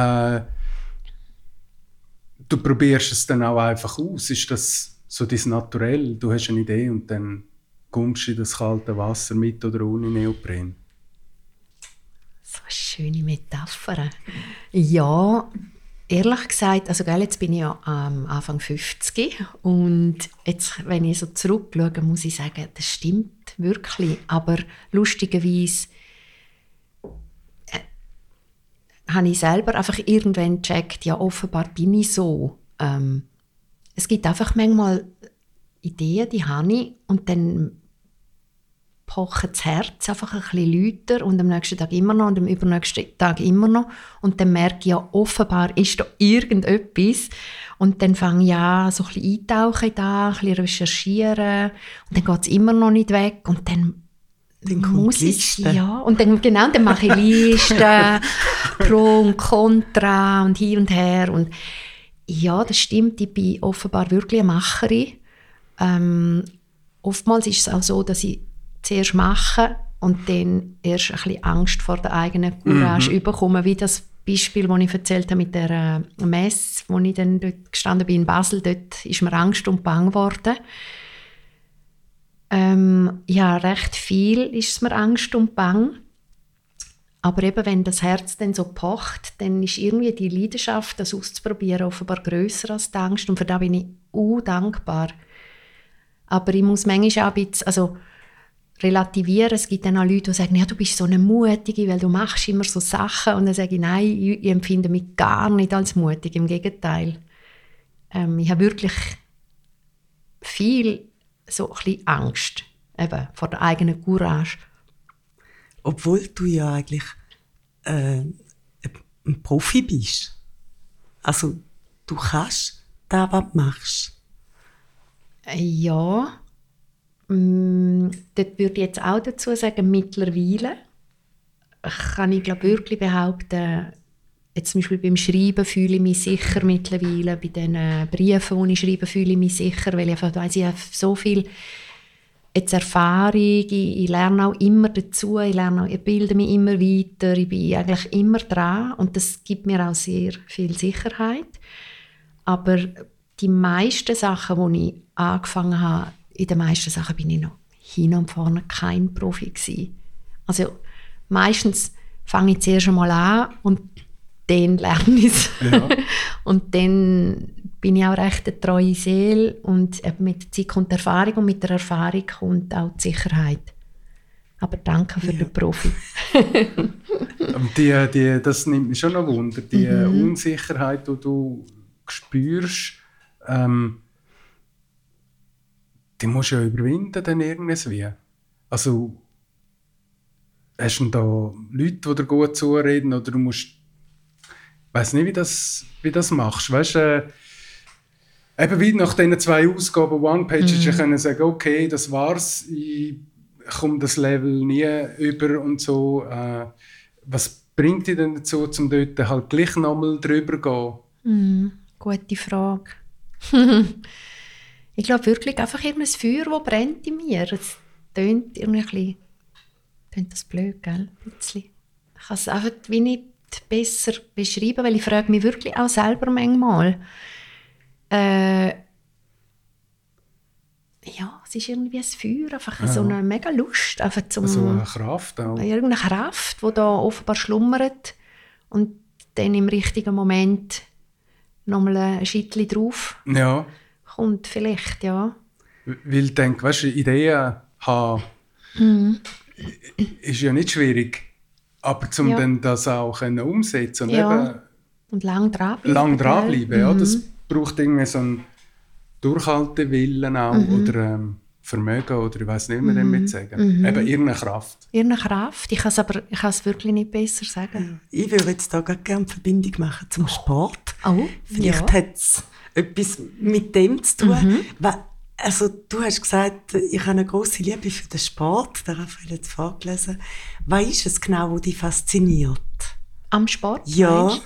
Speaker 1: Du probierst es dann auch einfach aus. Ist das so dein Naturell? Du hast eine Idee und dann kommst du in das kalte Wasser mit oder ohne Neopren?
Speaker 2: So eine schöne Metapher. Ja, ehrlich gesagt, also jetzt bin ich ja Anfang 50 und jetzt, wenn ich so zurückschaue, muss ich sagen, das stimmt wirklich. Aber lustigerweise habe ich selber einfach irgendwann gecheckt, ja, offenbar bin ich so. Es gibt einfach manchmal Ideen, die habe ich und dann pocht das Herz einfach ein bisschen lauter und am nächsten Tag immer noch und am übernächsten Tag immer noch und dann merke ich ja, offenbar ist da irgendetwas und dann fange ich an, so ein bisschen eintauchen da, ein bisschen recherchieren und dann geht es immer noch nicht weg und dann muss ich, ja, und dann, genau, dann mache ich Listen, Pro und Contra und hin und her und ja, das stimmt, ich bin offenbar wirklich eine Macherin. Oftmals ist es auch so, dass ich zuerst mache und dann erst ein bisschen Angst vor der eigenen Courage bekomme, wie das Beispiel, das ich erzählt habe mit der Messe, wo ich dann dort gestanden bin in Basel, dort ist mir Angst und Bang geworden. Ja, recht viel ist es mir Angst und Bang. Aber eben, wenn das Herz dann so pocht, dann ist irgendwie die Leidenschaft, das auszuprobieren, offenbar grösser als die Angst. Und für das bin ich dankbar. Aber ich muss manchmal auch ein bisschen relativieren. Es gibt dann auch Leute, die sagen, ja, du bist so eine Mutige, weil du machst immer so Sachen. Und dann sage ich, nein, ich empfinde mich gar nicht als mutig. Im Gegenteil. Ich habe wirklich viel so ein bisschen Angst eben, vor der eigenen Courage.
Speaker 4: Obwohl du ja eigentlich ein Profi bist. Also, du kannst das, was du machst.
Speaker 2: Ja. Dort würde ich jetzt auch dazu sagen, mittlerweile kann ich glaube wirklich behaupten, jetzt zum Beispiel beim Schreiben fühle ich mich sicher mittlerweile, bei den Briefen, die ich schreibe, fühle ich mich sicher, weil ich einfach weiss, ich habe so viel jetzt Erfahrung, ich lerne auch immer dazu, ich bilde mich immer weiter, ich bin eigentlich immer dran und das gibt mir auch sehr viel Sicherheit. Aber die meisten Sachen, die ich angefangen habe, in den meisten Sachen bin ich noch hin und vorne kein Profi gewesen. Also meistens fange ich zuerst einmal an und dann lerne ich es. Ja. Und dann bin ich auch recht eine treue Seele und mit der Zeit kommt die Erfahrung und mit der Erfahrung kommt auch die Sicherheit. Aber danke für den Profi.
Speaker 1: Das nimmt mich schon noch Wunder, die Unsicherheit, die du spürst. die musst du ja überwinden dann irgendwie. Also, hast du da Leute, die dir gut zureden, oder du musst, ich weiss nicht, wie das machst. Weißt du, eben wie nach diesen 2 Ausgaben One-Page können sagen, okay, das war's, ich komme das Level nie über und so. Was bringt dich denn dazu, um dort halt gleich nochmal drüber zu gehen?
Speaker 2: Gute Frage. Ich glaube wirklich einfach irgendein Feuer, das brennt in mir. Es tönt irgendwie ein bisschen, tönt das blöd, gell? Ein bisschen. Ich kann es einfach wie nicht besser beschreiben, weil ich frage mich wirklich auch selber manchmal. Ja, es ist irgendwie ein Feuer, einfach so eine mega Lust. Einfach
Speaker 1: Also eine Kraft auch.
Speaker 2: Irgendeine Kraft, die da offenbar schlummert und dann im richtigen Moment nochmal ein Schittchen drauf kommt vielleicht, ja.
Speaker 1: Weil ich denke, weißt du, Ideen haben ist ja nicht schwierig, aber um dann das auch umsetzen und eben
Speaker 2: und lang dranbleiben.
Speaker 1: Ja, das braucht irgendwie so einen Durchhaltewillen auch oder Vermögen oder ich weiss nicht, wie man damit sagen. Eben irgendeine Kraft.
Speaker 2: Irgendeine Kraft. Ich kann es wirklich nicht besser sagen.
Speaker 4: Ja. Ich würde jetzt da gerne Verbindung machen zum Sport.
Speaker 2: Oh,
Speaker 4: Vielleicht hat es etwas mit dem zu tun. Also, du hast gesagt, ich habe eine grosse Liebe für den Sport. Der Raphael hat es vorgelesen. Was ist es genau, was dich fasziniert?
Speaker 2: Am Sport?
Speaker 4: Ja.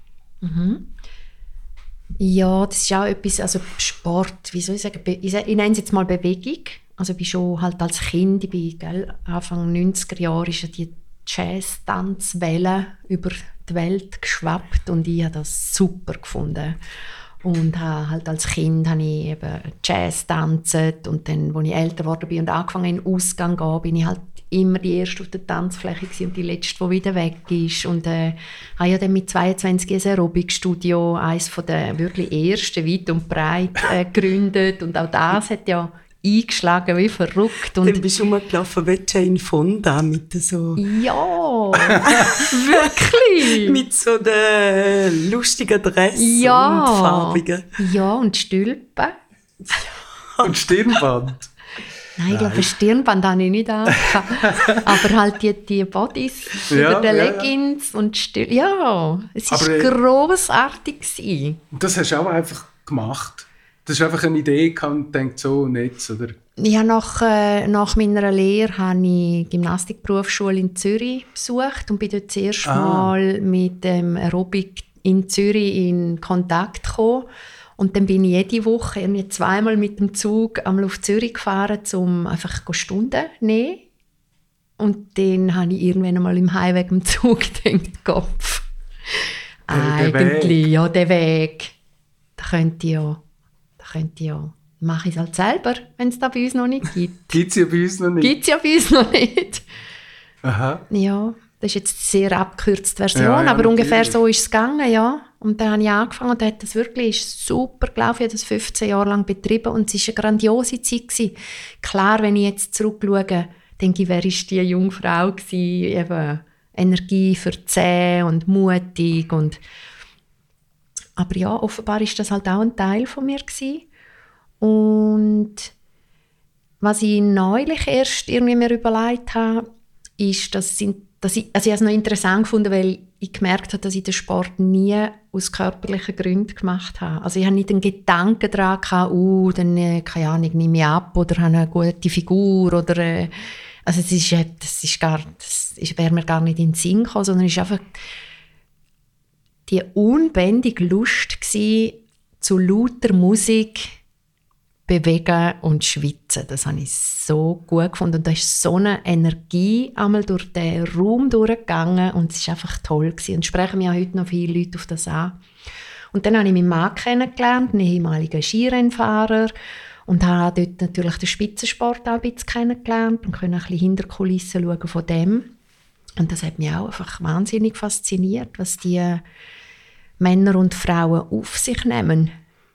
Speaker 2: Ja, das ist auch etwas, also Sport, wie soll ich sagen, ich nenne es jetzt mal Bewegung. Also ich bin schon halt als Kind, ich bin, Anfang 90er Jahre ist ja die Jazz-Tanzwelle über die Welt geschwappt und ich habe das super gefunden. Und halt als Kind habe ich eben Jazz getanzt und dann, als ich älter geworden bin und angefangen in den Ausgang zu gehen, bin ich halt immer die Erste auf der Tanzfläche und die Letzte, die wieder weg ist. Und habe ja dann mit 22 ein Aerobic-Studio, eines der wirklich ersten, weit und breit, gegründet. Und auch das hat ja eingeschlagen wie verrückt. Und
Speaker 4: dann bist du rumgelaufen wie Jane Fonda mit so...
Speaker 2: Ja, wirklich.
Speaker 4: mit so den lustigen Dress und farbigen.
Speaker 2: Ja, und Stülpen.
Speaker 1: Und Stirnband.
Speaker 2: Nein, ich glaube, ein Stirnband habe ich nicht an. Aber halt die Bodies über den Leggings und Stülpen. Ja, es war grossartig gewesen.
Speaker 1: Das hast du auch einfach gemacht? Das ist einfach eine Idee und denkt so und jetzt, oder?
Speaker 2: Ja, nach meiner Lehre habe ich die Gymnastikberufsschule in Zürich besucht und bin dort das erste Mal mit dem Aerobic in Zürich in Kontakt gekommen. Und dann bin ich jede Woche irgendwie 2-mal mit dem Zug einmal auf Zürich gefahren, um einfach Stunden zu nehmen. Und dann habe ich irgendwann einmal im Heimweg im Zug gedacht, Kopf. Eigentlich, ja, der Weg. Da könnte ich ja. Mache ich es halt selber, wenn es da bei uns noch nicht gibt.
Speaker 1: Gibt es ja bei uns noch nicht. Aha.
Speaker 2: Ja, das ist jetzt eine sehr abgekürzte Version, aber ungefähr so ist es gegangen, ja. Und dann habe ich angefangen und hat das wirklich super gelaufen. Ich habe das 15 Jahre lang betrieben und es war eine grandiose Zeit gewesen. Klar, wenn ich jetzt zurückschaue, denke ich, wer war diese junge Frau gewesen, eben Energie für die Zähne und mutig und aber ja, offenbar war das halt auch ein Teil von mir gewesen. Und was ich neulich erst irgendwie mir überlegt habe, ist, dass ich es noch interessant gefunden, weil ich gemerkt habe, dass ich den Sport nie aus körperlichen Gründen gemacht habe. Also ich habe nicht den Gedanken daran gehabt, dann, keine Ahnung, nehme ich ab oder habe eine gute Figur oder also das wäre mir gar nicht in den Sinn gekommen, sondern es war einfach die unbändige Lust gewesen, zu lauter Musik bewegen und schwitzen. Das habe ich so gut gefunden. Und da ist so eine Energie einmal durch den Raum durchgegangen und es war einfach toll gewesen. Und sprechen mir heute noch viele Leute auf das an. Und dann habe ich meinen Mann kennengelernt, einen ehemaligen Skirennfahrer, und habe dort natürlich den Spitzensport auch ein bisschen kennengelernt und konnte ein bisschen hinter die Kulissen schauen von dem. Und das hat mich auch einfach wahnsinnig fasziniert, was die Männer und Frauen auf sich nehmen.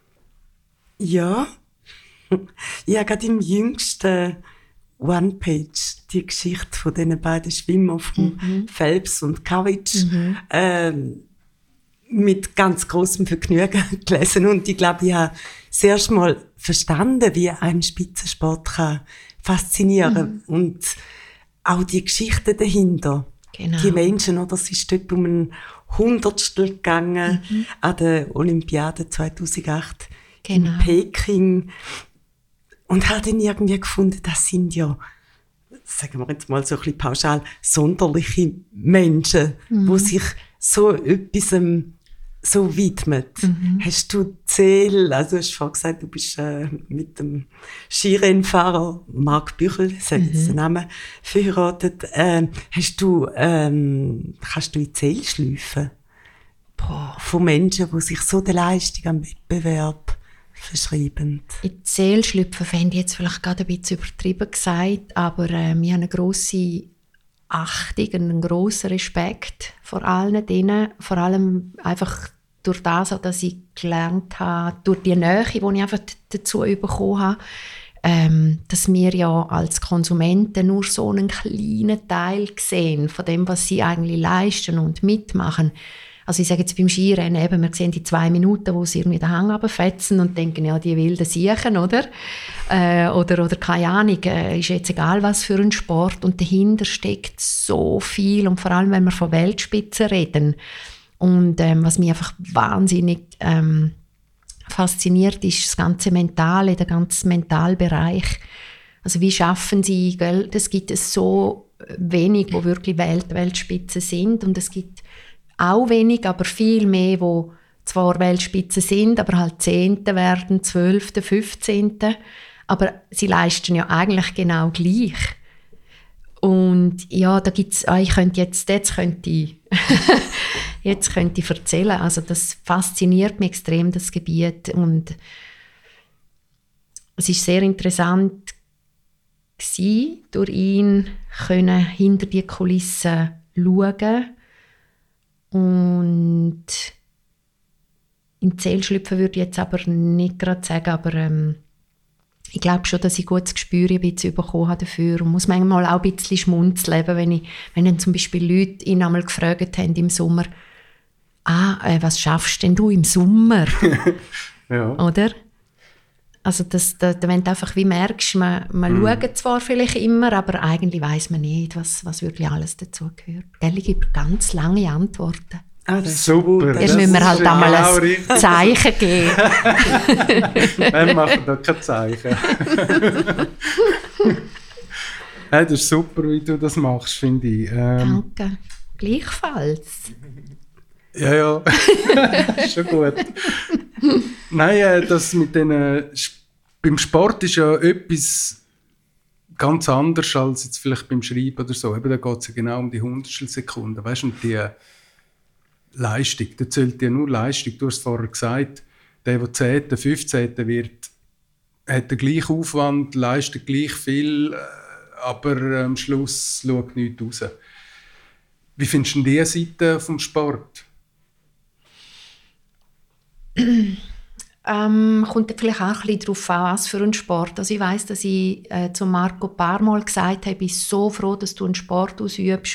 Speaker 4: Ja, ich habe gerade im jüngsten One-Page die Geschichte von diesen beiden Schwimmer, von Phelps und Kavitsch, mit ganz großem Vergnügen gelesen und ich glaube, ich habe das erste Mal verstanden, wie ein Spitzensport kann faszinieren und auch die Geschichte dahinter.
Speaker 2: Genau.
Speaker 4: Die Menschen, oder? Es ist dort um ein Hundertstel gegangen an der Olympiade 2008 in Peking und habe dann irgendwie gefunden, das sind ja, sagen wir jetzt mal so ein bisschen pauschal, sonderliche Menschen, die sich so etwas so widmet. Hast du Ziel, also du hast vorhin gesagt, du bist mit dem Skirennfahrer Marc Büchel, sage jetzt den Namen, verheiratet. Kannst du in Ziel schleifen? Von Menschen, die sich so der Leistung am Wettbewerb verschreiben.
Speaker 2: In die Seele schlüpfen fände ich jetzt vielleicht gerade ein bisschen übertrieben gesagt, aber wir haben eine grosse Achtung, einen grossen Respekt vor allen denen, vor allem einfach durch das, dass ich gelernt habe, durch die Nähe, die ich einfach dazu bekommen habe, dass wir ja als Konsumenten nur so einen kleinen Teil sehen von dem, was sie eigentlich leisten und mitmachen. Also ich sage jetzt beim Skirennen, eben, wir sehen die 2 Minuten, wo sie irgendwie den Hang runterfetzen und denken, ja, die wilden Siechen, oder? Oder keine Ahnung, ist jetzt egal, was für ein Sport. Und dahinter steckt so viel. Und vor allem, wenn wir von Weltspitzen reden. Und was mich einfach wahnsinnig fasziniert, ist das ganze Mentale, der ganze Mentalbereich. Also wie schaffen sie, gell? Das gibt es so wenig, wo wirklich Weltspitzen sind. Und es gibt auch wenig, aber viel mehr, wo zwar Weltspitzen sind, aber halt 10. werden, 12., 15. Aber sie leisten ja eigentlich genau gleich. Und ja, da gibt's, jetzt könnte ich erzählen. Also das fasziniert mich extrem, das Gebiet. Und es ist sehr interessant gewesen, durch ihn können hinter die Kulissen schauen. Und in die Seele schlüpfen würde ich jetzt aber nicht gerade sagen, aber ich glaube schon, dass ich gutes Gespür ein bisschen bekommen habe dafür und muss manchmal auch ein bisschen schmunzeln, wenn dann zum Beispiel Leute ihn einmal gefragt haben im Sommer, was schaffst denn du im Sommer?
Speaker 1: Ja.
Speaker 2: Oder? Also wenn du einfach wie merkst, man schaut zwar vielleicht immer, aber eigentlich weiss man nicht, was wirklich alles dazu gehört. Ich gebe ganz lange Antworten.
Speaker 4: Das
Speaker 1: Super.
Speaker 2: Jetzt müssen wir halt einmal ein Zeichen geben.
Speaker 1: Wir machen da kein Zeichen. Hey, das ist super, wie du das machst, finde ich.
Speaker 2: Danke. Gleichfalls.
Speaker 1: Ja. Schon gut. Nein, das mit beim Sport ist ja etwas ganz anderes als jetzt vielleicht beim Schreiben oder so. Eben, da geht es ja genau um die Hundertstelsekunden. Weißt du, und die Leistung, da zählt ja nur Leistung. Du hast es vorher gesagt, der 10., 15. wird, hat den gleichen Aufwand, leistet gleich viel, aber am Schluss schaut nichts raus. Wie findest du diese Seite vom Sport?
Speaker 2: Kommt vielleicht auch ein bisschen darauf an, was für ein Sport. Also ich weiss, dass ich zu Marco ein paar Mal gesagt habe, ich bin so froh, dass du einen Sport ausübst,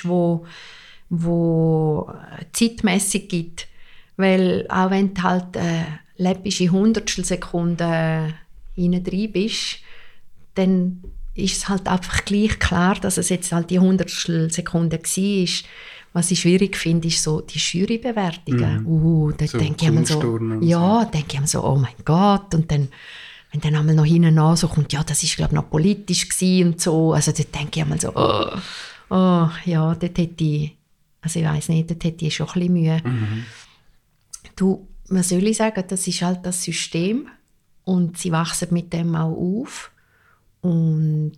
Speaker 2: wo zeitmässig gibt. Weil auch wenn du halt läppische Hundertstelsekunden hinein bist, dann ist es halt einfach gleich klar, dass es jetzt halt die Hundertstelsekunden war. Was ich schwierig finde, ist so die Jurybewertungen. Da
Speaker 1: so
Speaker 2: denke ich mir so, oh mein Gott. Und dann, wenn dann einmal noch hinten an so kommt, ja, das ist glaube ich noch politisch gewesen und so. Also da denke ich einmal so, ja, dort hätte ich, also ich weiss nicht, dort hätte ich schon ein bisschen Mühe. Du, was soll ich sagen, das ist halt das System und sie wachsen mit dem auch auf und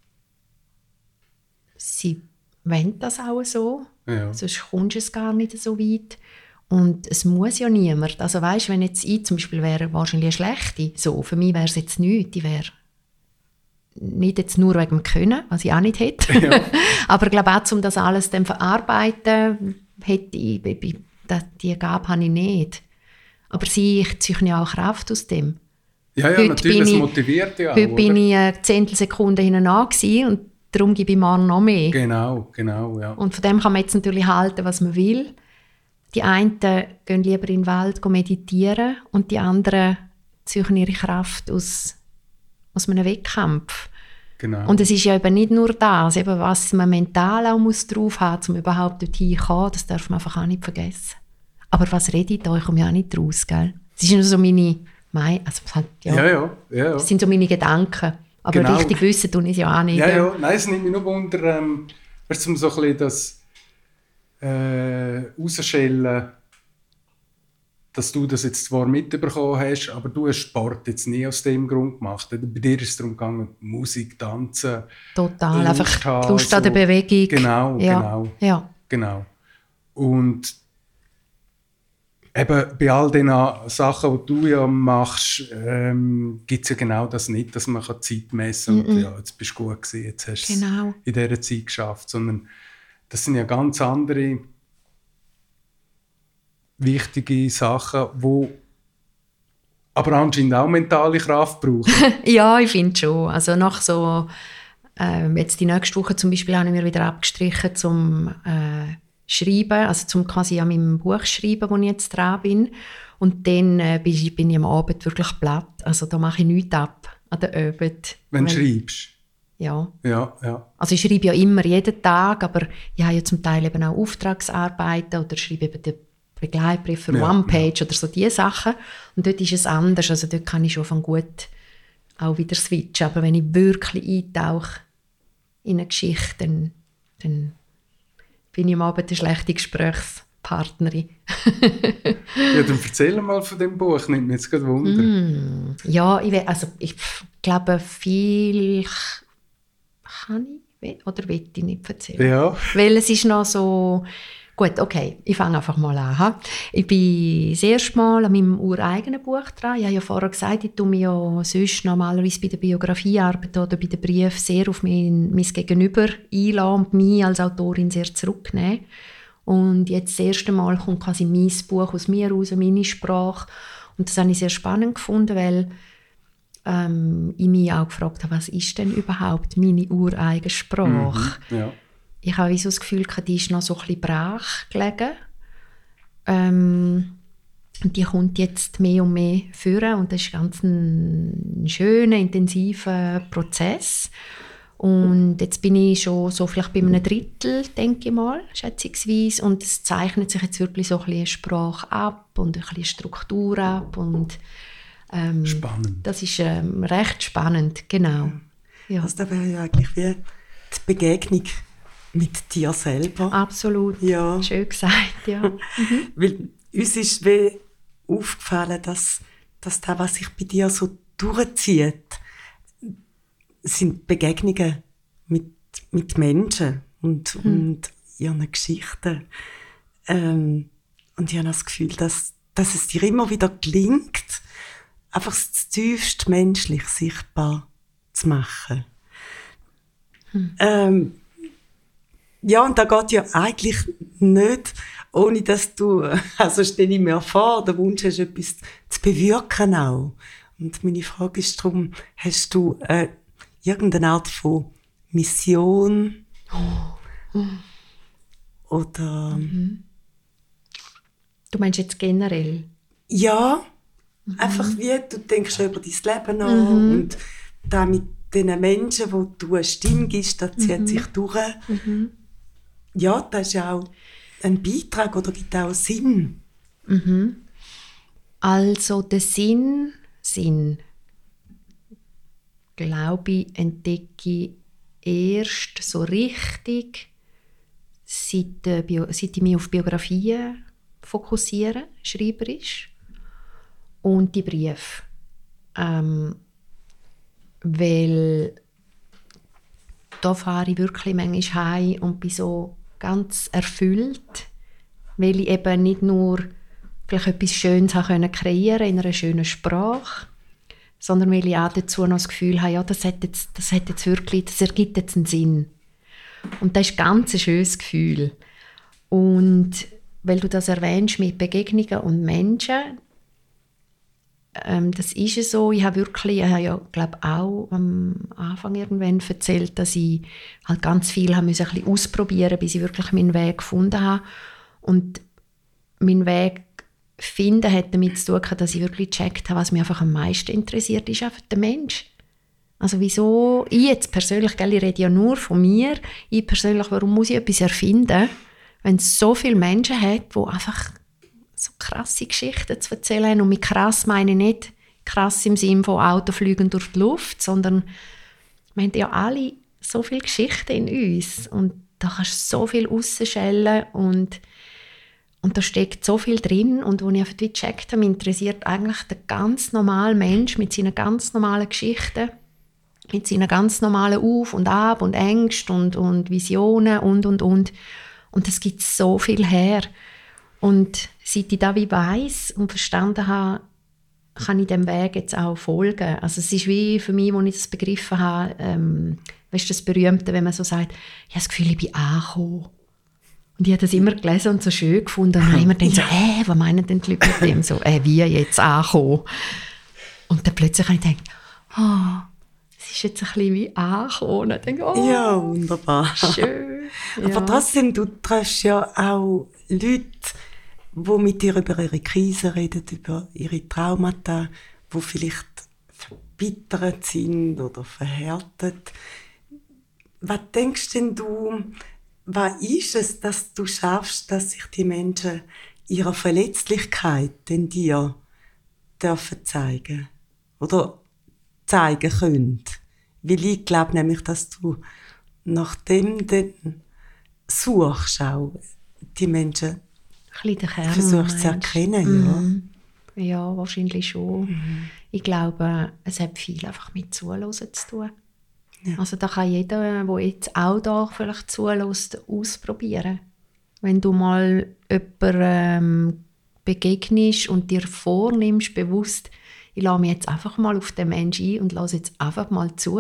Speaker 2: sie wollen das auch so.
Speaker 1: Ja.
Speaker 2: Sonst kommst du es gar nicht so weit. Und es muss ja niemand. Also weißt, wenn jetzt ich zum Beispiel wäre wahrscheinlich eine Schlechte, so, für mich wäre es jetzt nichts. Ich wäre nicht jetzt nur wegen dem Können, was ich auch nicht hätte. Ja. Aber ich glaube auch, um das alles dann verarbeiten, hätte ich, die Gabe habe ich nicht. Aber sie ziehe ja auch Kraft aus dem.
Speaker 1: Ja, natürlich, das motiviert ja auch.
Speaker 2: Heute bin ich 10 Sekunden hinten an und darum gebe ich morgen noch mehr.
Speaker 1: Genau, ja.
Speaker 2: Und von dem kann man jetzt natürlich halten, was man will. Die einen gehen lieber in den Wald meditieren und die anderen ziehen ihre Kraft aus einem Wettkampf.
Speaker 1: Genau.
Speaker 2: Und es ist ja eben nicht nur das, eben was man mental auch drauf haben muss, um überhaupt dorthin zu kommen, das darf man einfach auch nicht vergessen. Aber was redet euch? Ich komme ja auch nicht raus, gell? Das ist nur so meine Das sind so meine Gedanken. Aber
Speaker 1: genau.
Speaker 2: Richtig wissen tue ich es ja auch nicht.
Speaker 1: Ja. Nein, es nimmt mich nur Wunder, um so ein bisschen das rausschellen, dass du das jetzt zwar mitbekommen hast, aber du hast Sport jetzt nie aus dem Grund gemacht. Bei dir ist es darum gegangen, Musik, Tanzen.
Speaker 2: Total,
Speaker 1: Lust
Speaker 2: einfach
Speaker 1: haben,
Speaker 2: Lust an der Bewegung.
Speaker 1: Genau. Und eben bei all den Sachen, die du ja machst, gibt es ja genau das nicht, dass man Zeit messen kann und ja, jetzt bist du gut gewesen, jetzt hast du es in dieser Zeit geschafft. Sondern das sind ja ganz andere wichtige Sachen, die aber anscheinend auch mentale Kraft brauchen.
Speaker 2: Ja, ich finde schon. Also nach so, jetzt die nächste Woche zum Beispiel habe ich mir wieder abgestrichen zum Schreiben, also zum quasi an meinem Buch schreiben, wo ich jetzt dran bin. Und dann bin ich am Abend wirklich platt. Also da mache ich nichts ab an der Abend.
Speaker 1: Wenn du schreibst?
Speaker 2: Ja.
Speaker 1: Ja.
Speaker 2: Also ich schreibe ja immer, jeden Tag, aber ich habe ja zum Teil eben auch Auftragsarbeiten oder schreibe eben den Begleitbrief für One-Page oder so diese Sachen. Und dort ist es anders. Also dort kann ich schon von gut auch wieder switchen. Aber wenn ich wirklich eintauche in eine Geschichte, dann bin ich am Abend eine schlechte Gesprächspartnerin.
Speaker 1: Ja, dann erzähl mal von dem Buch, nimmt mich jetzt gerade Wunder.
Speaker 2: Ja, ich glaube, viel kann ich oder will ich nicht erzählen.
Speaker 1: Ja.
Speaker 2: Weil es ist noch so... Gut, okay, ich fange einfach mal an. Ich bin das erste Mal an meinem ureigenen Buch dran. Ich habe ja vorher gesagt, ich tue mich ja sonst normalerweise bei der Biografiearbeit oder bei den Briefen sehr auf mein Gegenüber einlassen und mich als Autorin sehr zurücknehmen. Und jetzt das erste Mal kommt quasi mein Buch aus mir raus, meine Sprache. Und das habe ich sehr spannend gefunden, weil ich mich auch gefragt habe, was ist denn überhaupt meine ureigene Sprache?
Speaker 1: Ja.
Speaker 2: Ich habe so das Gefühl, die ist noch so ein bisschen brach gelegen. Und die kommt jetzt mehr und mehr vor. Und das ist ganz ein schöner, intensiver Prozess. Und jetzt bin ich schon so vielleicht bei einem Drittel, denke ich mal, schätzungsweise. Und es zeichnet sich jetzt wirklich so ein bisschen eine Sprache ab und ein bisschen Struktur ab. Und,
Speaker 1: spannend.
Speaker 2: Das ist recht spannend, genau. Ja.
Speaker 4: Also das wäre ja eigentlich wie die Begegnung mit dir selber.
Speaker 2: Absolut.
Speaker 4: Ja.
Speaker 2: Schön gesagt, ja.
Speaker 4: Weil uns ist wie aufgefallen, dass das, was sich bei dir so durchzieht, sind Begegnungen mit Menschen und ihren Geschichten. Und ich habe das Gefühl, dass es dir immer wieder gelingt, einfach das tiefst menschlich sichtbar zu machen. Ja, und da geht ja eigentlich nicht, ohne dass du, also stelle ich mir vor, der Wunsch hast, etwas zu bewirken auch. Und meine Frage ist darum, hast du irgendeine Art von Mission? Oder...
Speaker 2: Du meinst jetzt generell?
Speaker 4: Ja, einfach wie, du denkst über dein Leben nach und da mit den Menschen, wo du eine Stimme gibst, das zieht sich durch. Ja, das ist ja auch ein Beitrag oder gibt auch Sinn.
Speaker 2: Also der Sinn, glaube ich, entdecke ich erst so richtig, seit ich mich auf Biografien fokussiere, schreiberisch, und die Briefe. Weil da fahre ich wirklich manchmal heim und bin so ganz erfüllt, weil ich eben nicht nur vielleicht etwas Schönes kreieren konnte in einer schönen Sprache, sondern weil ich auch dazu noch das Gefühl habe, ja, das ergibt jetzt einen Sinn. Und das ist ein ganz schönes Gefühl. Und weil du das erwähnst mit Begegnungen und Menschen, das ist es so. Ich habe ja, glaube auch am Anfang irgendwann erzählt, dass ich halt ganz viel ein bisschen ausprobieren musste, bis ich wirklich meinen Weg gefunden habe. Und mein Weg finden hat damit zu tun, dass ich wirklich gecheckt habe, was mich einfach am meisten interessiert, ist einfach der Mensch. Also wieso, ich jetzt persönlich, ich rede ja nur von mir, ich persönlich, warum muss ich etwas erfinden, wenn es so viele Menschen hat, die einfach so krasse Geschichten zu erzählen haben. Und mit krass meine ich nicht krass im Sinne von Autoflügen durch die Luft, sondern wir haben ja alle so viele Geschichten in uns und da kannst du so viel rausschellen und da steckt so viel drin und wo ich einfach gecheckt habe, mich interessiert eigentlich der ganz normale Mensch mit seinen ganz normalen Geschichten, mit seinen ganz normalen Auf und Ab und Ängsten und Visionen und es gibt so viel her. Und seit ich das wie weiss und verstanden habe, kann ich dem Weg jetzt auch folgen. Also es ist wie für mich, als ich das begriffen habe, weißt du, das Berühmte, wenn man so sagt, ich habe das Gefühl, ich bin angekommen. Und ich habe das immer gelesen und so schön gefunden. Und dann immer gedacht, so, was meinen denn die Leute mit dem? So, wie jetzt ankommen? Und dann plötzlich habe ich gedacht, es ist jetzt ein bisschen wie angekommen. Und dann denke ich,
Speaker 4: ja, wunderbar.
Speaker 2: Schön. Ja.
Speaker 4: Aber trotzdem, du triffst ja auch Leute, die mit dir über ihre Krise reden, über ihre Traumata, die vielleicht verbittert sind oder verhärtet. Was denkst denn du, was ist es, dass du schaffst, dass sich die Menschen ihrer Verletzlichkeit in dir dürfen zeigen oder zeigen können? Weil ich glaube nämlich, dass du nach dem dann suchst auch die Menschen versuchst zu erkennen, ja.
Speaker 2: Ja, wahrscheinlich schon. Ich glaube, es hat viel einfach mit Zuhören zu tun. Ja. Also da kann jeder, der jetzt auch da vielleicht zuhört, ausprobieren. Wenn du mal jemandem begegnest und dir vornimmst, bewusst, ich lasse mich jetzt einfach mal auf den Menschen ein und lasse jetzt einfach mal zu.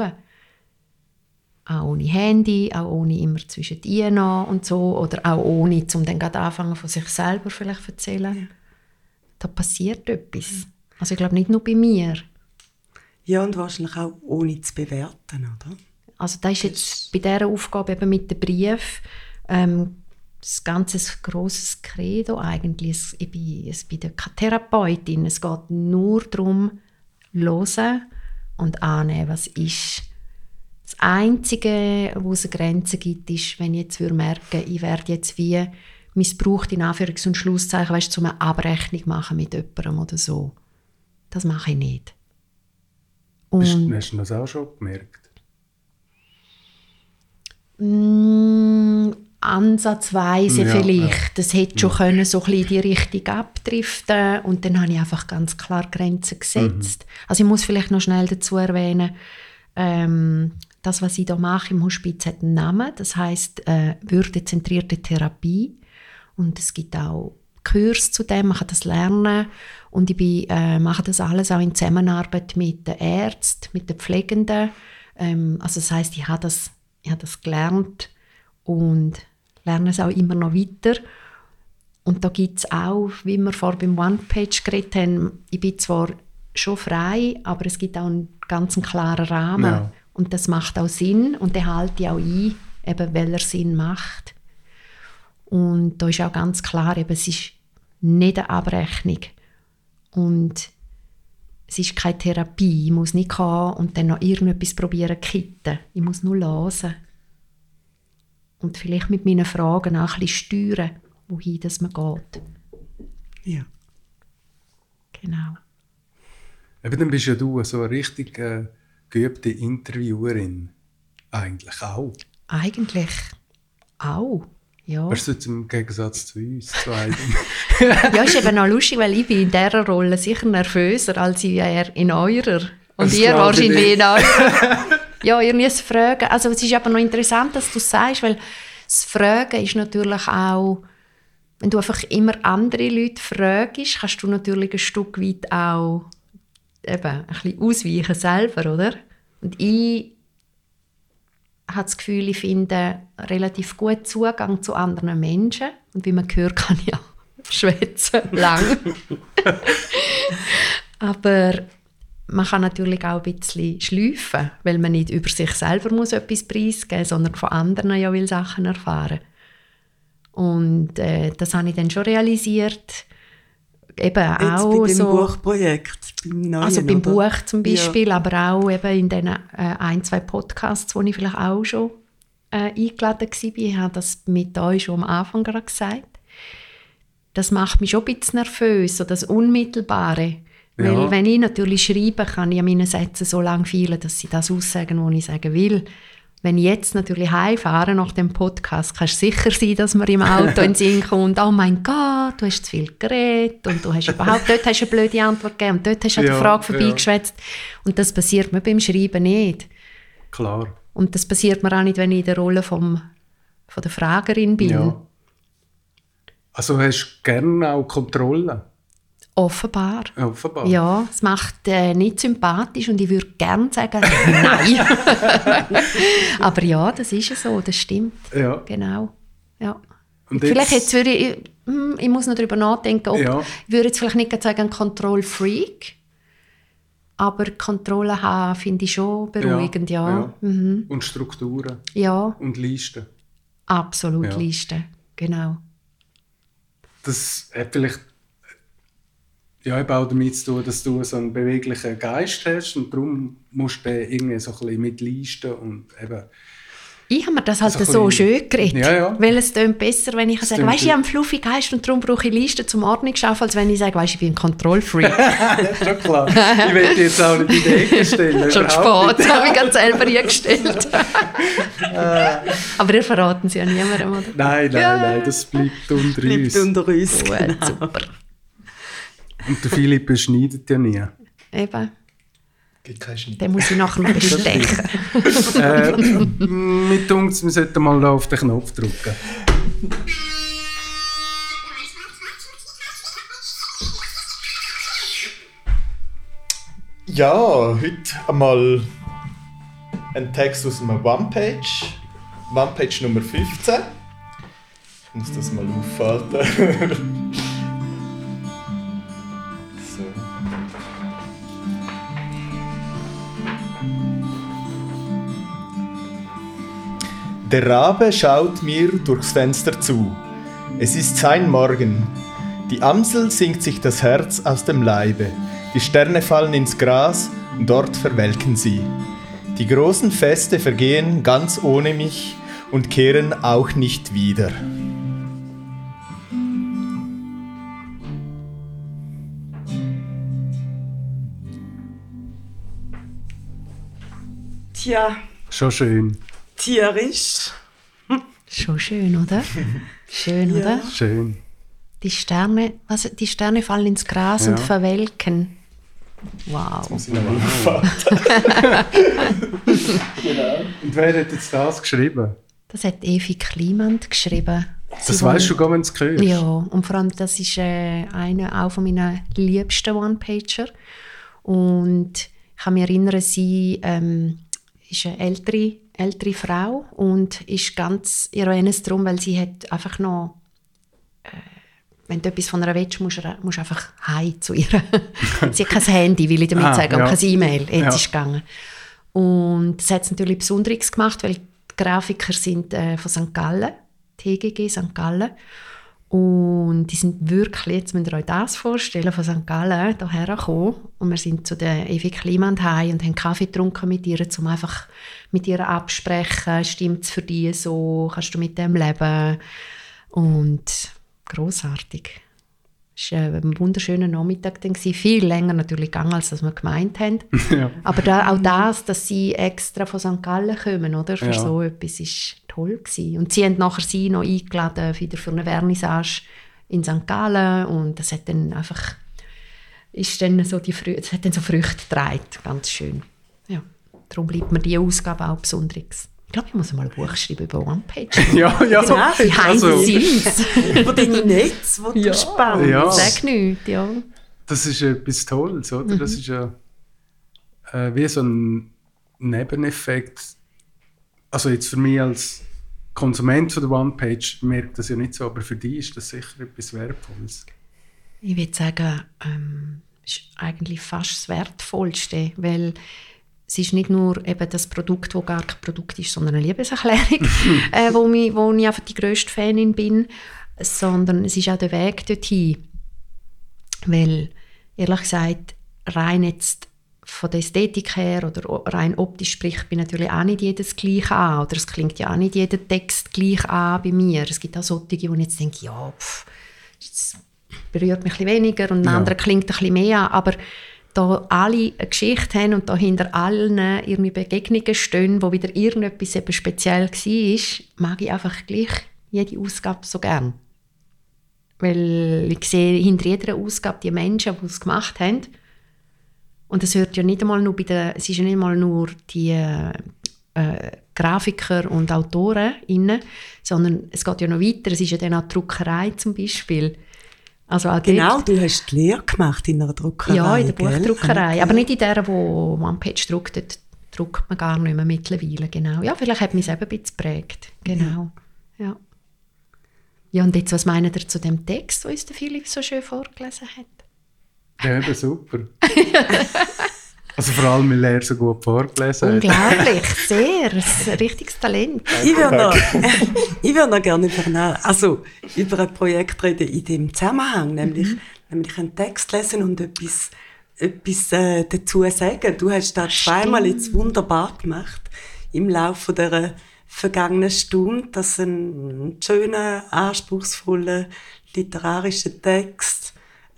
Speaker 2: Auch ohne Handy, auch ohne immer zwischen ihnen und so, oder auch ohne, um dann gerade anfangen von sich selber vielleicht zu erzählen. Ja. Da passiert etwas. Also ich glaube nicht nur bei mir.
Speaker 4: Ja, und wahrscheinlich auch ohne zu bewerten, oder?
Speaker 2: Also das ist jetzt bei dieser Aufgabe eben mit dem Brief das ganze grosses Credo eigentlich. Ich bin keine Therapeutin. Es geht nur darum, hören und annehmen, was ist. Das Einzige, wo es eine Grenze gibt, ist, wenn ich jetzt merke, ich werde jetzt wie missbraucht, in Anführungs- und Schlusszeichen, weißt du, um eine Abrechnung machen mit jemandem oder so. Das mache ich nicht. Und
Speaker 1: hast du das auch schon gemerkt?
Speaker 2: Ansatzweise vielleicht. Ja. Das hätte schon können, so ein bisschen in die Richtung abdriften. Und dann habe ich einfach ganz klar Grenzen gesetzt. Also ich muss vielleicht noch schnell dazu erwähnen, das, was ich hier mache im Hospiz, hat einen Namen. Das heisst würdezentrierte Therapie. Und es gibt auch Kurs zu dem, man kann das lernen. Und ich mache das alles auch in Zusammenarbeit mit den Ärzten, mit den Pflegenden. Also das heisst, ich habe das gelernt und lerne es auch immer noch weiter. Und da gibt es auch, wie wir vorhin beim One-Page geredet haben, ich bin zwar schon frei, aber es gibt auch einen ganz klaren Rahmen. Ja. Und das macht auch Sinn und den halte ich auch ein, eben, weil er Sinn macht. Und da ist auch ganz klar, eben, es ist nicht eine Abrechnung. Und es ist keine Therapie. Ich muss nicht kommen und dann noch irgendetwas probieren zu kitten. Ich muss nur hören. Und vielleicht mit meinen Fragen auch ein bisschen steuern, wohin das man geht.
Speaker 4: Ja.
Speaker 2: Genau.
Speaker 1: Eben, dann bist ja du so eine richtig geübte Interviewerin. Eigentlich auch.
Speaker 2: Eigentlich auch, ja.
Speaker 1: Was ist im Gegensatz zu uns zwei?
Speaker 2: Ja, ist eben auch lustig, weil ich bin in dieser Rolle sicher nervöser als ich in eurer. Und das ihr wahrscheinlich in eurer. Ja, ihr müsst fragen. Also es ist aber noch interessant, dass du es sagst, weil das Fragen ist natürlich auch, wenn du einfach immer andere Leute fragst, kannst du natürlich ein Stück weit auch eben ein bisschen ausweichen selber, oder? Und ich habe das Gefühl, ich finde relativ gut Zugang zu anderen Menschen. Und wie man hört, kann ich auch schwätzen, lang. Aber man kann natürlich auch ein bisschen schleifen, weil man nicht über sich selber muss etwas preisgeben muss, sondern von anderen ja will Sachen erfahren. Und das habe ich dann schon realisiert. Eben
Speaker 4: Jetzt
Speaker 2: auch
Speaker 4: bei dem
Speaker 2: so,
Speaker 4: Buchprojekt, beim Neuen,
Speaker 2: also beim
Speaker 4: oder?
Speaker 2: Buch zum Beispiel, aber auch eben in den 1-2 Podcasts, wo ich vielleicht auch schon eingeladen war. Ich habe das mit euch schon am Anfang gerade gesagt. Das macht mich schon ein bisschen nervös, so das Unmittelbare.
Speaker 1: Ja.
Speaker 2: Weil wenn ich natürlich schreibe, kann ich an meinen Sätzen so lange fehlen, dass sie das aussagen, was ich sagen will. Wenn ich jetzt natürlich heimfahre nach dem Podcast, kannst du sicher sein, dass mir im Auto in den Sinn kommt, oh mein Gott, du hast zu viel geredet und du hast überhaupt, dort hast du eine blöde Antwort gegeben und dort hast du an der Frage vorbeigeschwätzt. Und das passiert mir beim Schreiben nicht.
Speaker 1: Klar.
Speaker 2: Und das passiert mir auch nicht, wenn ich in der Rolle von der Fragerin bin.
Speaker 1: Ja. Also hast du gerne auch Kontrolle?
Speaker 2: Offenbar.
Speaker 1: Offenbar.
Speaker 2: Ja, es macht nicht sympathisch und ich würde gerne sagen, nein. Aber ja, das ist ja so, das stimmt.
Speaker 1: Ja.
Speaker 2: Genau. Ja.
Speaker 1: Und
Speaker 2: vielleicht jetzt würde ich muss noch darüber nachdenken, ob, ich würde jetzt vielleicht nicht sagen, ein Kontrollfreak, aber Kontrolle haben finde ich schon beruhigend, ja. Mhm.
Speaker 1: Und Strukturen.
Speaker 2: Ja.
Speaker 1: Und Listen.
Speaker 2: Absolut,
Speaker 1: Ja.
Speaker 2: Listen, genau.
Speaker 1: Das hat vielleicht eben auch damit zu tun, dass du so einen beweglichen Geist hast und darum musst du den irgendwie so ein bisschen mit Listen und eben...
Speaker 2: Ich habe mir das halt
Speaker 1: Also
Speaker 2: so
Speaker 1: ein bisschen-
Speaker 2: schön geredet,
Speaker 1: Ja.
Speaker 2: weil es tönt besser, wenn ich sage, weißt du, ich habe einen fluffy Geist und darum brauche ich Listen zum Ordnung schaffen, als wenn ich sage, weißt du, ich bin ein Kontrollfreak.
Speaker 1: Das ist schon klar. Ich will dich jetzt auch nicht in die Ecke stellen.
Speaker 2: Schon
Speaker 1: überhaupt
Speaker 2: spät, habe ich ganz selber eingestellt. Aber ihr verraten sie ja niemandem, oder?
Speaker 1: Nein, das bleibt unter
Speaker 4: Bleibt
Speaker 1: uns.
Speaker 4: unter uns,
Speaker 2: Gut,
Speaker 4: genau.
Speaker 2: super.
Speaker 1: Und der Philipp beschneidet ja nie.
Speaker 2: Eben,
Speaker 3: Gibt keinen Schnitt.
Speaker 2: den muss ich nachher noch bestechen.
Speaker 1: Mit uns, wir sollten mal da auf den Knopf drücken.
Speaker 3: Ja, heute einmal ein Text aus einem One-Page. One-Page Nummer 15. Ich muss das mal auffalten. So. Der Rabe schaut mir durchs Fenster zu. Es ist sein Morgen. Die Amsel singt sich das Herz aus dem Leibe. Die Sterne fallen ins Gras und dort verwelken sie. Die großen Feste vergehen ganz ohne mich und kehren auch nicht wieder.
Speaker 4: Tja,
Speaker 1: Schon schön.
Speaker 4: tierisch.
Speaker 2: Schon schön, oder? Schön,
Speaker 4: Ja.
Speaker 2: oder?
Speaker 1: Schön.
Speaker 2: Die Sterne fallen ins Gras
Speaker 1: Ja.
Speaker 2: und verwelken. Wow.
Speaker 3: Muss ich noch mal auffalten.
Speaker 1: Und wer hat jetzt das geschrieben?
Speaker 2: Das hat Evi Kliment geschrieben.
Speaker 1: Das
Speaker 2: Sie
Speaker 1: weißt du
Speaker 2: wohnt-
Speaker 1: gar, wenn du es hörst.
Speaker 2: Ja, und vor allem, das ist einer auch von meinen liebsten One-Pager. Und ich kann mich erinnern, sie ist eine ältere Frau und ist ganz, ihr es darum, weil sie hat einfach noch, wenn du etwas von einer willst, musst du einfach heim zu ihr. Sie hat kein Handy, will ich damit sagen, und
Speaker 1: ja.
Speaker 2: kein E-Mail. Jetzt
Speaker 1: Ja.
Speaker 2: ist es gegangen. Und das hat es natürlich Besonderes gemacht, weil die Grafiker sind von St. Gallen, TGG St. Gallen. Und die sind wirklich, jetzt müsst ihr euch das vorstellen, von St. Gallen hierher gekommen. Und wir sind zu der Evi Kliment heim und haben Kaffee getrunken mit ihr, um einfach mit ihr absprechen, stimmt es für dich so, kannst du mit dem leben? Und grossartig. Es war ein wunderschöner Nachmittag, dann gewesen. Viel länger natürlich gegangen, als wir gemeint haben.
Speaker 1: Ja.
Speaker 2: Aber auch das, dass sie extra von St. Gallen kommen, oder? Für
Speaker 1: Ja.
Speaker 2: so etwas, war toll gewesen. Und sie haben nachher sie noch eingeladen wieder für eine Vernissage in St. Gallen. Und das hat dann einfach, es hat dann so Früchte getragen. Ganz schön. Ja. Darum bleibt mir diese Ausgabe auch besonderes. Ich glaube, ich muss mal ein Buch schreiben über One-Page.
Speaker 1: Ja.
Speaker 4: Genau.
Speaker 2: Behind the scenes.
Speaker 4: Über deine Netze, die du spannst.
Speaker 1: Ja.
Speaker 2: Sag nichts, ja.
Speaker 1: Das ist etwas Tolles, oder? Das ist ja wie so ein Nebeneffekt. Also jetzt für mich als Konsument von der One-Page merkt das ja nicht so, aber für dich ist das sicher etwas Wertvolles.
Speaker 2: Ich würde sagen, ist eigentlich fast das Wertvollste, weil es ist nicht nur eben das Produkt, das gar kein Produkt ist, sondern eine Liebeserklärung, wo ich einfach die grösste Fanin bin, sondern es ist auch der Weg dorthin. Weil, ehrlich gesagt, rein jetzt von der Ästhetik her oder rein optisch spricht mich natürlich auch nicht jedes gleich an. Oder es klingt ja auch nicht jeder Text gleich an bei mir. Es gibt auch solche, wo ich jetzt denke, ja, das berührt mich ein bisschen weniger und ein anderer klingt ein bisschen mehr an. Aber da alle eine Geschichte haben und da hinter allen irgendwie Begegnungen stehen, wo wieder irgendetwas eben speziell war, mag ich einfach gleich jede Ausgabe so gern. Weil ich sehe hinter jeder Ausgabe die Menschen, die es gemacht haben. Und es hört ja nicht einmal nur es ist ja nicht einmal nur die Grafiker und Autoren inne, sondern es geht ja noch weiter. Es ist ja dann auch die Druckerei zum Beispiel. Also auch
Speaker 4: genau, du hast die Lehre gemacht in einer Druckerei.
Speaker 2: Ja, in der Buchdruckerei. Okay. Aber nicht in der, wo OnePage druckt. Dort druckt man gar nicht mehr mittlerweile. Genau. Ja, vielleicht hat mich es eben ein bisschen geprägt. Genau. Ja. Ja, und jetzt, was meint ihr zu dem Text, den uns der Philipp so schön vorgelesen hat?
Speaker 1: Ja, eben super. Also vor allem, weil er so gut vorgelesen hat.
Speaker 2: Unglaublich, sehr. Ein richtiges Talent.
Speaker 4: Ich würde noch gerne über ein Projekt reden in dem Zusammenhang, nämlich einen Text lesen und etwas dazu sagen. Du hast das zweimal jetzt wunderbar gemacht im Laufe dieser vergangenen Stunde, dass ein schöner, anspruchsvoller, literarischer Text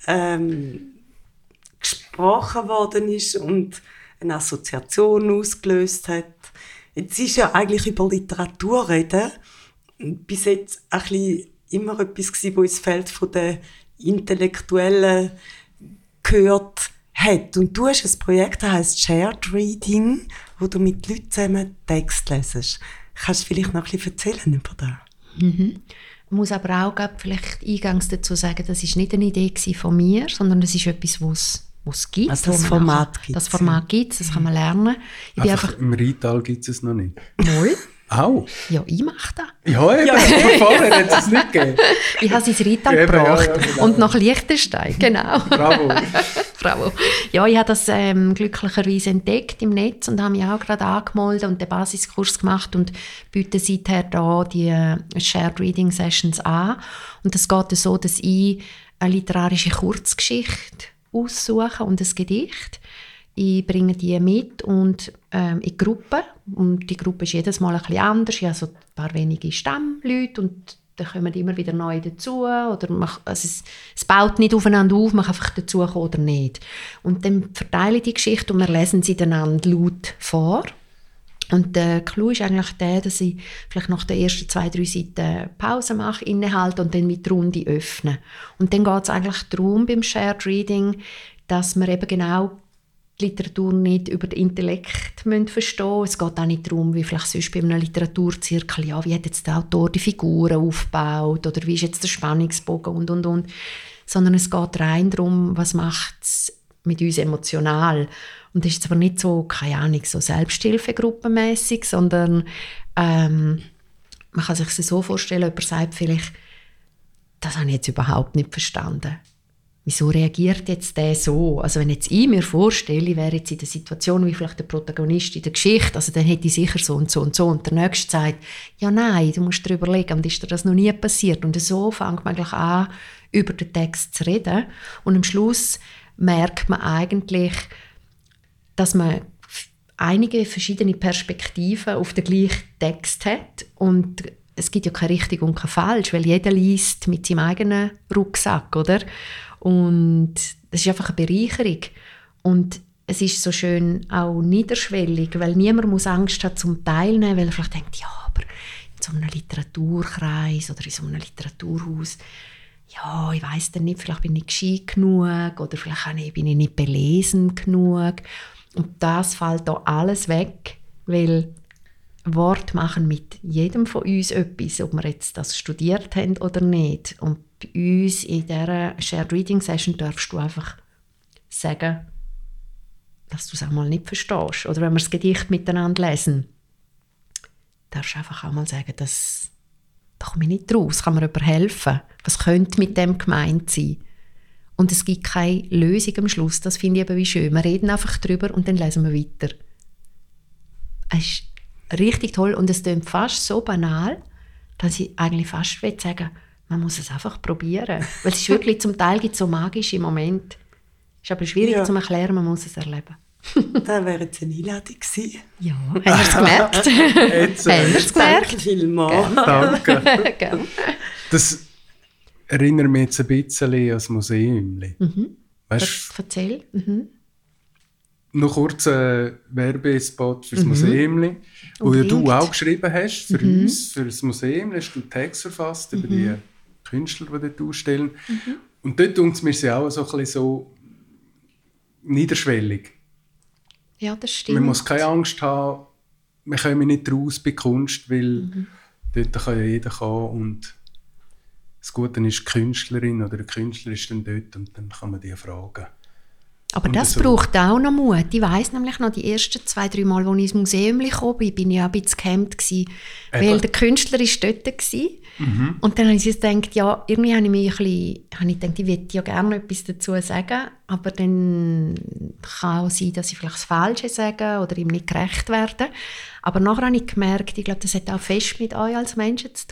Speaker 4: gesprochen worden ist und eine Assoziation ausgelöst hat. Jetzt ist ja eigentlich über Literatur reden bis jetzt ein bisschen immer etwas gewesen, wo ins Feld von der Intellektuellen gehört hat. Und du hast ein Projekt, das heisst Shared Reading, wo du mit Leuten zusammen Text lesest. Kannst du vielleicht noch ein bisschen erzählen über das?
Speaker 2: Ich muss aber auch vielleicht eingangs dazu sagen, das war nicht eine Idee von mir, sondern das ist etwas, was es gibt.
Speaker 4: Also das Format gibt es.
Speaker 2: Das Format gibt es, das kann man lernen.
Speaker 1: Einfach im Rital gibt es noch nicht.
Speaker 2: Mal.
Speaker 1: Auch?
Speaker 2: Ja, ich mache das.
Speaker 1: Ja, eben. Vorher hat es nicht gegeben.
Speaker 2: Ich habe es ins Rital gebracht. Ja, genau. Und nach Liechtenstein, genau.
Speaker 1: Bravo.
Speaker 2: Bravo. Ja, ich habe das glücklicherweise entdeckt im Netz und habe mich auch gerade angemeldet und den Basiskurs gemacht und biete seither da die Shared Reading Sessions an. Und das geht so, dass ich eine literarische Kurzgeschichte aussuche und ein Gedicht. Ich bringe die mit und in Gruppen. Und die Gruppe ist jedes Mal ein bisschen anders. Ich habe so ein paar wenige Stammleute und dann kommen immer wieder neue dazu. Oder es baut nicht aufeinander auf, man kann einfach dazukommen oder nicht. Und dann verteile ich die Geschichte und wir lesen sie einander laut vor. Und der Clou ist eigentlich der, dass ich vielleicht nach den ersten 2-3 Seiten Pause mache, innehalte und dann mit der Runde öffne. Und dann geht es eigentlich darum beim Shared Reading, dass wir eben genau die Literatur nicht über den Intellekt verstehen müssen. Es geht auch nicht darum, wie vielleicht sonst bei einem Literaturzirkel, ja, wie hat jetzt der Autor die Figuren aufgebaut oder wie ist jetzt der Spannungsbogen und. Sondern es geht rein darum, was macht es mit uns emotional. Und das ist aber nicht so, keine Ahnung, so Selbsthilfegruppenmässig, sondern man kann sich das so vorstellen, jemand sagt vielleicht, das habe ich jetzt überhaupt nicht verstanden. Wieso reagiert jetzt der so? Also wenn jetzt ich mir vorstelle, ich wäre jetzt in der Situation wie vielleicht der Protagonist in der Geschichte, also dann hätte ich sicher so und so und so. Und der Nächste sagt, ja nein, du musst dir überlegen, und ist dir das noch nie passiert? Und so fängt man eigentlich an, über den Text zu reden. Und am Schluss merkt man eigentlich, dass man einige verschiedene Perspektiven auf den gleichen Text hat. Und es gibt ja kein richtig und kein falsch, weil jeder liest mit seinem eigenen Rucksack, oder? Und das ist einfach eine Bereicherung. Und es ist so schön auch niederschwellig, weil niemand muss Angst haben zum Teilnehmen, weil er vielleicht denkt, ja, aber in so einem Literaturkreis oder in so einem Literaturhaus, ja, ich weiss dann nicht, vielleicht bin ich gescheit genug oder vielleicht bin ich nicht belesen genug. Und das fällt da alles weg, weil Worte machen mit jedem von uns etwas, ob wir jetzt das studiert haben oder nicht. Und bei uns in dieser Shared Reading Session darfst du einfach sagen, dass du es auch mal nicht verstehst. Oder wenn wir das Gedicht miteinander lesen, darfst du einfach auch mal sagen, da komme ich nicht raus, kann mir jemand helfen? Was könnte mit dem gemeint sein? Und es gibt keine Lösung am Schluss, das finde ich eben wie schön. Wir reden einfach drüber und dann lesen wir weiter. Es ist richtig toll und es klingt fast so banal, dass ich eigentlich fast sagen will, man muss es einfach probieren. Weil es ist wirklich, zum Teil gibt es so magische Momente. Es ist aber schwierig zu erklären, man muss es erleben.
Speaker 4: Das wäre jetzt eine Einladung gewesen.
Speaker 2: Ja, haben wir es gemerkt? Haben wir es gemerkt?
Speaker 4: Danke vielmals.
Speaker 1: Danke. Das erinnert mich jetzt ein bisschen an das Museum. Weißt,
Speaker 2: Erzähl.
Speaker 1: noch kurz ein Werbespot für das Museum, wo ja du auch geschrieben hast, für uns, für das Museum, hast du einen Text verfasst über die Künstler, die dort ausstellen. Und dort tun wir sie auch so ein bisschen so niederschwellig.
Speaker 2: Ja, das stimmt.
Speaker 1: Man muss keine Angst haben, wir kommen nicht raus bei Kunst, weil dort kann ja jeder kommen und das Gute ist, die Künstlerin oder der Künstler ist dann dort und dann kann man die fragen.
Speaker 2: Aber
Speaker 1: und
Speaker 2: das braucht auch noch Mut. Ich weiss nämlich noch, die ersten 2-3 Mal, als ich ins Museum kam, bin ich auch ein bisschen gehemmt gewesen, weil der Künstler war dort war. Und dann habe ich gedacht, ja, irgendwie habe ich gedacht, ich würde ja gerne etwas dazu sagen, aber dann kann auch sein, dass ich vielleicht das Falsche sage oder ihm nicht gerecht werde. Aber nachher habe ich gemerkt, ich glaube, das hat auch fest mit euch als Menschen zu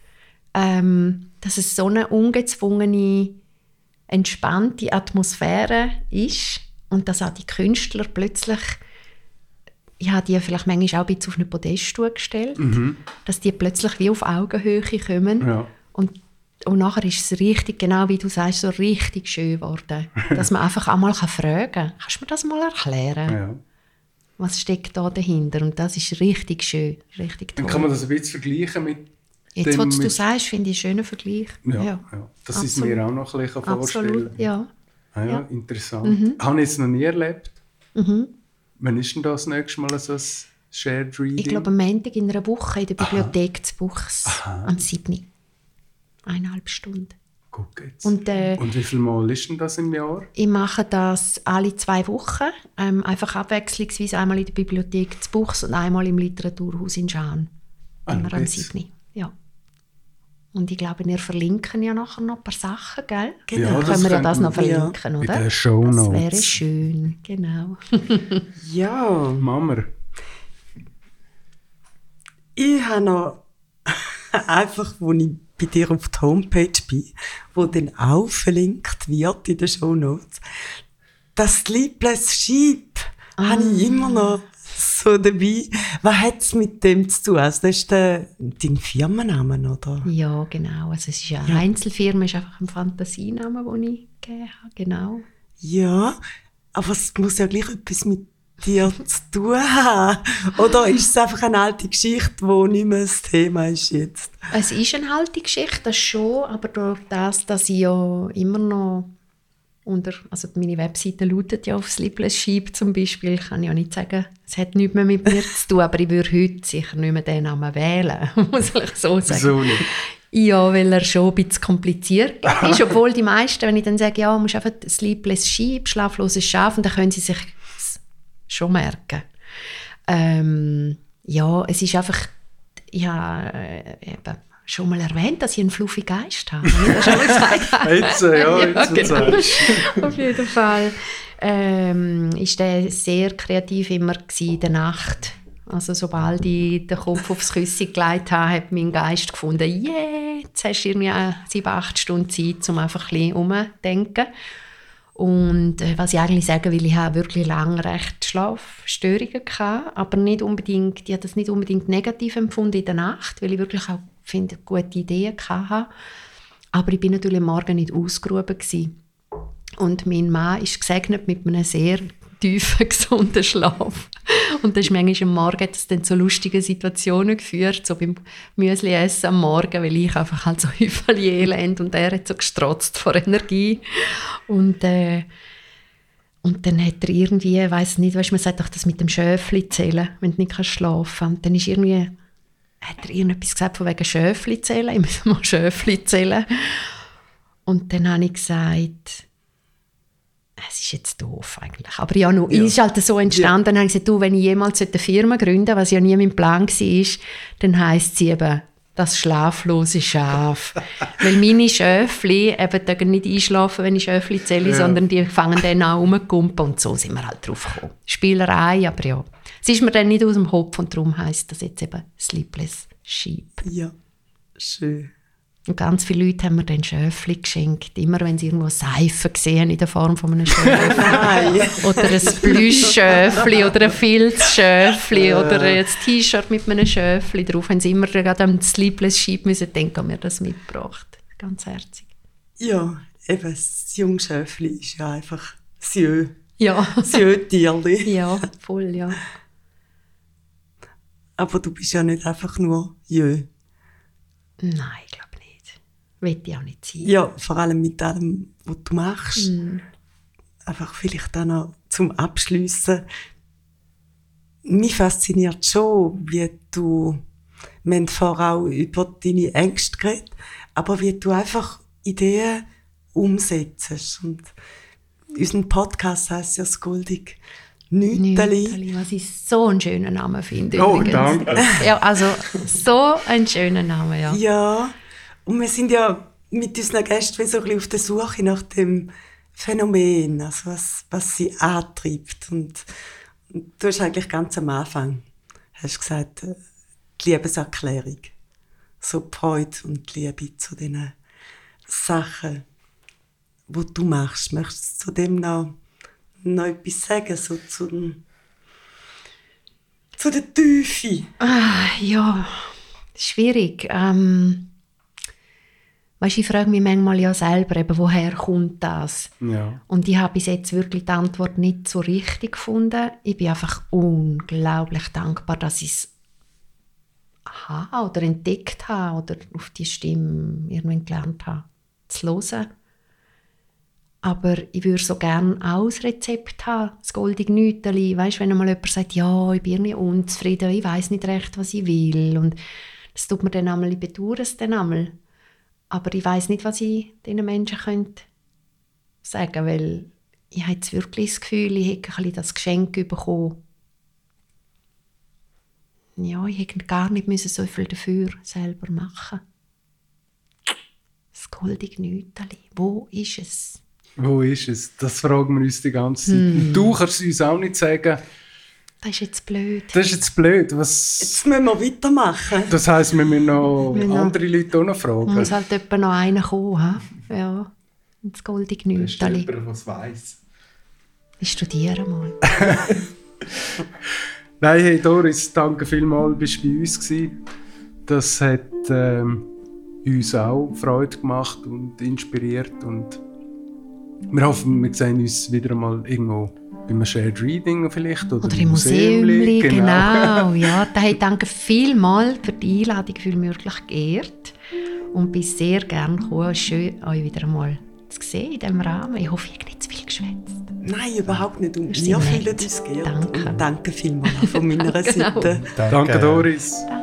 Speaker 2: tun, dass es so eine ungezwungene, entspannte Atmosphäre ist und dass auch die Künstler plötzlich, ich habe die vielleicht manchmal auch ein bisschen auf einen Podeststuhl gestellt, dass die plötzlich wie auf Augenhöhe kommen. Ja. Und nachher ist es richtig, genau wie du sagst, so richtig schön geworden. Dass man einfach einmal fragen kann, kannst du mir das mal erklären? Ja. Was steckt da dahinter? Und das ist richtig schön, richtig toll.
Speaker 1: Dann kann man das ein bisschen vergleichen mit
Speaker 2: jetzt, was du sagst, finde ich einen schönen Vergleich.
Speaker 1: Ja. Das ist mir auch noch ein bisschen vorstellen.
Speaker 2: Ja.
Speaker 1: Ja, interessant. Habe ich jetzt noch nie erlebt. Wann ist denn das nächste Mal so ein Shared Reading?
Speaker 2: Ich glaube, am Montag in einer Woche in der Bibliothek zu Buchs am 7. 1,5 Stunden.
Speaker 1: Guck jetzt.
Speaker 2: Und
Speaker 1: wie viel Mal ist denn das im Jahr?
Speaker 2: Ich mache das alle 2 Wochen. Einfach abwechslungsweise einmal in der Bibliothek zu Buchs und einmal im Literaturhaus in Schaan. Immer am 7. Ja. Und ich glaube, wir verlinken ja nachher noch ein paar Sachen, gell?
Speaker 1: Genau. Ja,
Speaker 2: können wir ja das noch verlinken, oder?
Speaker 1: In den Shownotes.
Speaker 2: Das wäre schön, genau.
Speaker 4: Ja.
Speaker 1: Mama.
Speaker 4: Ich habe noch einfach, als ich bei dir auf der Homepage bin, wo dann auch verlinkt wird in den Shownotes, das Sleepless Sheep habe ich immer noch so dabei. Was hat es mit dem zu tun? Also das ist dein Firmenname, oder?
Speaker 2: Ja, genau. Also es ist ja eine Einzelfirma, ist einfach ein Fantasiename, den ich gegeben habe. Genau.
Speaker 4: Ja, aber es muss ja gleich etwas mit dir zu tun haben. Oder ist es einfach eine alte Geschichte, die nicht mehr das Thema ist jetzt?
Speaker 2: Es ist eine alte Geschichte, das schon, aber durch das, dass ich ja immer noch also meine Webseite lautet ja auf Sleepless Sheep zum Beispiel, kann ich ja nicht sagen, es hat nichts mehr mit mir zu tun, aber ich würde heute sicher nicht mehr den Namen wählen, muss ich so sagen.
Speaker 1: So nicht.
Speaker 2: Ja, weil er schon ein bisschen kompliziert ist, obwohl die meisten, wenn ich dann sage, ja, man muss einfach Sleepless Sheep, schlafloses Schaf, und dann können sie sich schon merken. Ja, es ist einfach, ich habe eben schon mal erwähnt, dass ich einen fluffy Geist habe. Habe ich das schon mal gesagt?
Speaker 1: jetzt
Speaker 2: genau. Auf jeden Fall ist der sehr kreativ immer in der Nacht. Also sobald ich den Kopf aufs Kissen gelegt habe, hat mein Geist gefunden, jetzt hast du irgendwie 7-8 Stunden Zeit, um einfach ein bisschen umzudenken. Und was ich eigentlich sagen will, ich habe wirklich lange recht Schlafstörungen gehabt, aber nicht unbedingt, ich habe das nicht unbedingt negativ empfunden in der Nacht, weil ich wirklich auch finde, gute Ideen hatte. Aber ich bin natürlich am Morgen nicht ausgeruht gewesen. Und mein Mann ist gesegnet mit einem sehr tiefen, gesunden Schlaf. Und das ist manchmal am Morgen, hat es dann zu lustigen Situationen geführt, so beim Müsli-Essen am Morgen, weil ich einfach halt so Hüfeli elend und er hat so gestrotzt vor Energie. Und dann hat er irgendwie, ich weiss nicht, man sagt doch das mit dem Schöfli zählen, wenn du nicht schlafen kannst. Und dann ist irgendwie, hat er irgendetwas gesagt von wegen Schöfli zählen, ich muss mal Schöfli zählen. Und dann habe ich gesagt, es ist jetzt doof eigentlich. Aber ja, es ist halt so entstanden. Dann habe ich gesagt, wenn ich jemals eine Firma gründe, was ja nie mein Plan war, dann heisst sie eben das schlaflose Schaf. Weil meine Schöfli eben nicht einschlafen, wenn ich Schöfli zähle, sondern die fangen dann an rumzukumpen. Und so sind wir halt drauf gekommen. Spielerei, aber ja, Es ist mir dann nicht aus dem Kopf und darum heisst das jetzt eben Sleepless Sheep.
Speaker 4: Ja, schön.
Speaker 2: Und ganz viele Leute haben mir dann Schöfli geschenkt, immer wenn sie irgendwo Seife sehen in der Form von einem Schöfli. Oder ein Plüschschöfli oder ein Filzschöfli oder ein T-Shirt mit einem Schöfli drauf. Wenn sie immer gerade am Sleepless Sheep müssen, dann haben wir das mitgebracht. Ganz herzig.
Speaker 4: Ja, eben, das Jungschöfli ist ja einfach Sjö.
Speaker 2: Ja.
Speaker 4: Sjö-Tierli.
Speaker 2: Ja, voll, ja.
Speaker 4: Aber du bist ja nicht einfach nur Jö.
Speaker 2: Nein, ich glaube nicht. Will ich auch nicht sein.
Speaker 4: Ja, vor allem mit allem, was du machst. Einfach vielleicht auch noch zum Abschliessen. Mich fasziniert schon, wie du, wir haben vorher auch über deine Ängste geredet, aber wie du einfach Ideen umsetzt. Und unser Podcast heisst ja das goldige Nüteli.
Speaker 2: Was ich so einen schönen Namen finde.
Speaker 1: Oh,
Speaker 2: übrigens.
Speaker 1: danke.
Speaker 2: Ja, also so einen schönen Namen, ja.
Speaker 4: Ja, und wir sind ja mit unseren Gästen so ein bisschen auf der Suche nach dem Phänomen, also was sie antreibt. Und du hast eigentlich ganz am Anfang hast gesagt, die Liebeserklärung. So die Freude und die Liebe zu diesen Sachen, die du machst. Möchtest du zu dem noch etwas sagen, so zu der Tiefe?
Speaker 2: Ja, schwierig. Weißt, ich frage mich manchmal ja selber, eben, woher kommt das?
Speaker 1: Ja.
Speaker 2: Und ich habe bis jetzt wirklich die Antwort nicht so richtig gefunden. Ich bin einfach unglaublich dankbar, dass ich es habe oder entdeckt habe oder auf die Stimme irgendwann gelernt habe, zu hören. Aber ich würde so gerne auch das Rezept haben, das goldige Nüteli. Weißt, wenn einmal jemand sagt, ja, ich bin irgendwie unzufrieden, ich weiss nicht recht, was ich will. Und das tut mir dann einmal, ich bedauere es dann einmal. Aber ich weiss nicht, was ich diesen Menschen sagen könnte, weil ich habe jetzt wirklich das Gefühl, ich hätte ein bisschen das Geschenk bekommen. Ja, ich hätte gar nicht so viel dafür selber machen. Das goldige Nüteli, wo ist es?
Speaker 1: Wo ist es? Das fragen wir uns die ganze Zeit. Und du kannst es uns auch nicht sagen.
Speaker 2: Das ist jetzt blöd.
Speaker 1: Das ist jetzt blöd. Was?
Speaker 4: Jetzt müssen wir weitermachen.
Speaker 1: Das heisst, wir müssen noch andere Leute auch noch fragen.
Speaker 2: Muss halt etwa noch einer kommen. He? Ja, das goldige Nüteli.
Speaker 3: Das ist jemand, der es weiss.
Speaker 2: Ich studiere mal.
Speaker 1: Nein, hey Doris, danke vielmals, bist du bei uns gewesen. Das hat uns auch Freude gemacht und inspiriert. Und wir hoffen, wir sehen uns wieder einmal irgendwo beim Shared Reading vielleicht. Oder
Speaker 2: im Museum. Genau. Ja, danke vielmals für die Einladung, ich fühle mich wirklich geehrt. Und bin sehr gerne gekommen. Schön, euch wieder einmal zu sehen in diesem Rahmen. Ich hoffe, ich habe nicht zu viel geschwätzt.
Speaker 4: Nein, überhaupt nicht. Und
Speaker 2: Wir
Speaker 4: wir fühlen uns geehrt.
Speaker 2: Danke.
Speaker 4: Und danke vielmals von meiner
Speaker 2: Genau.
Speaker 4: Seite.
Speaker 1: Danke Doris.
Speaker 2: Danke.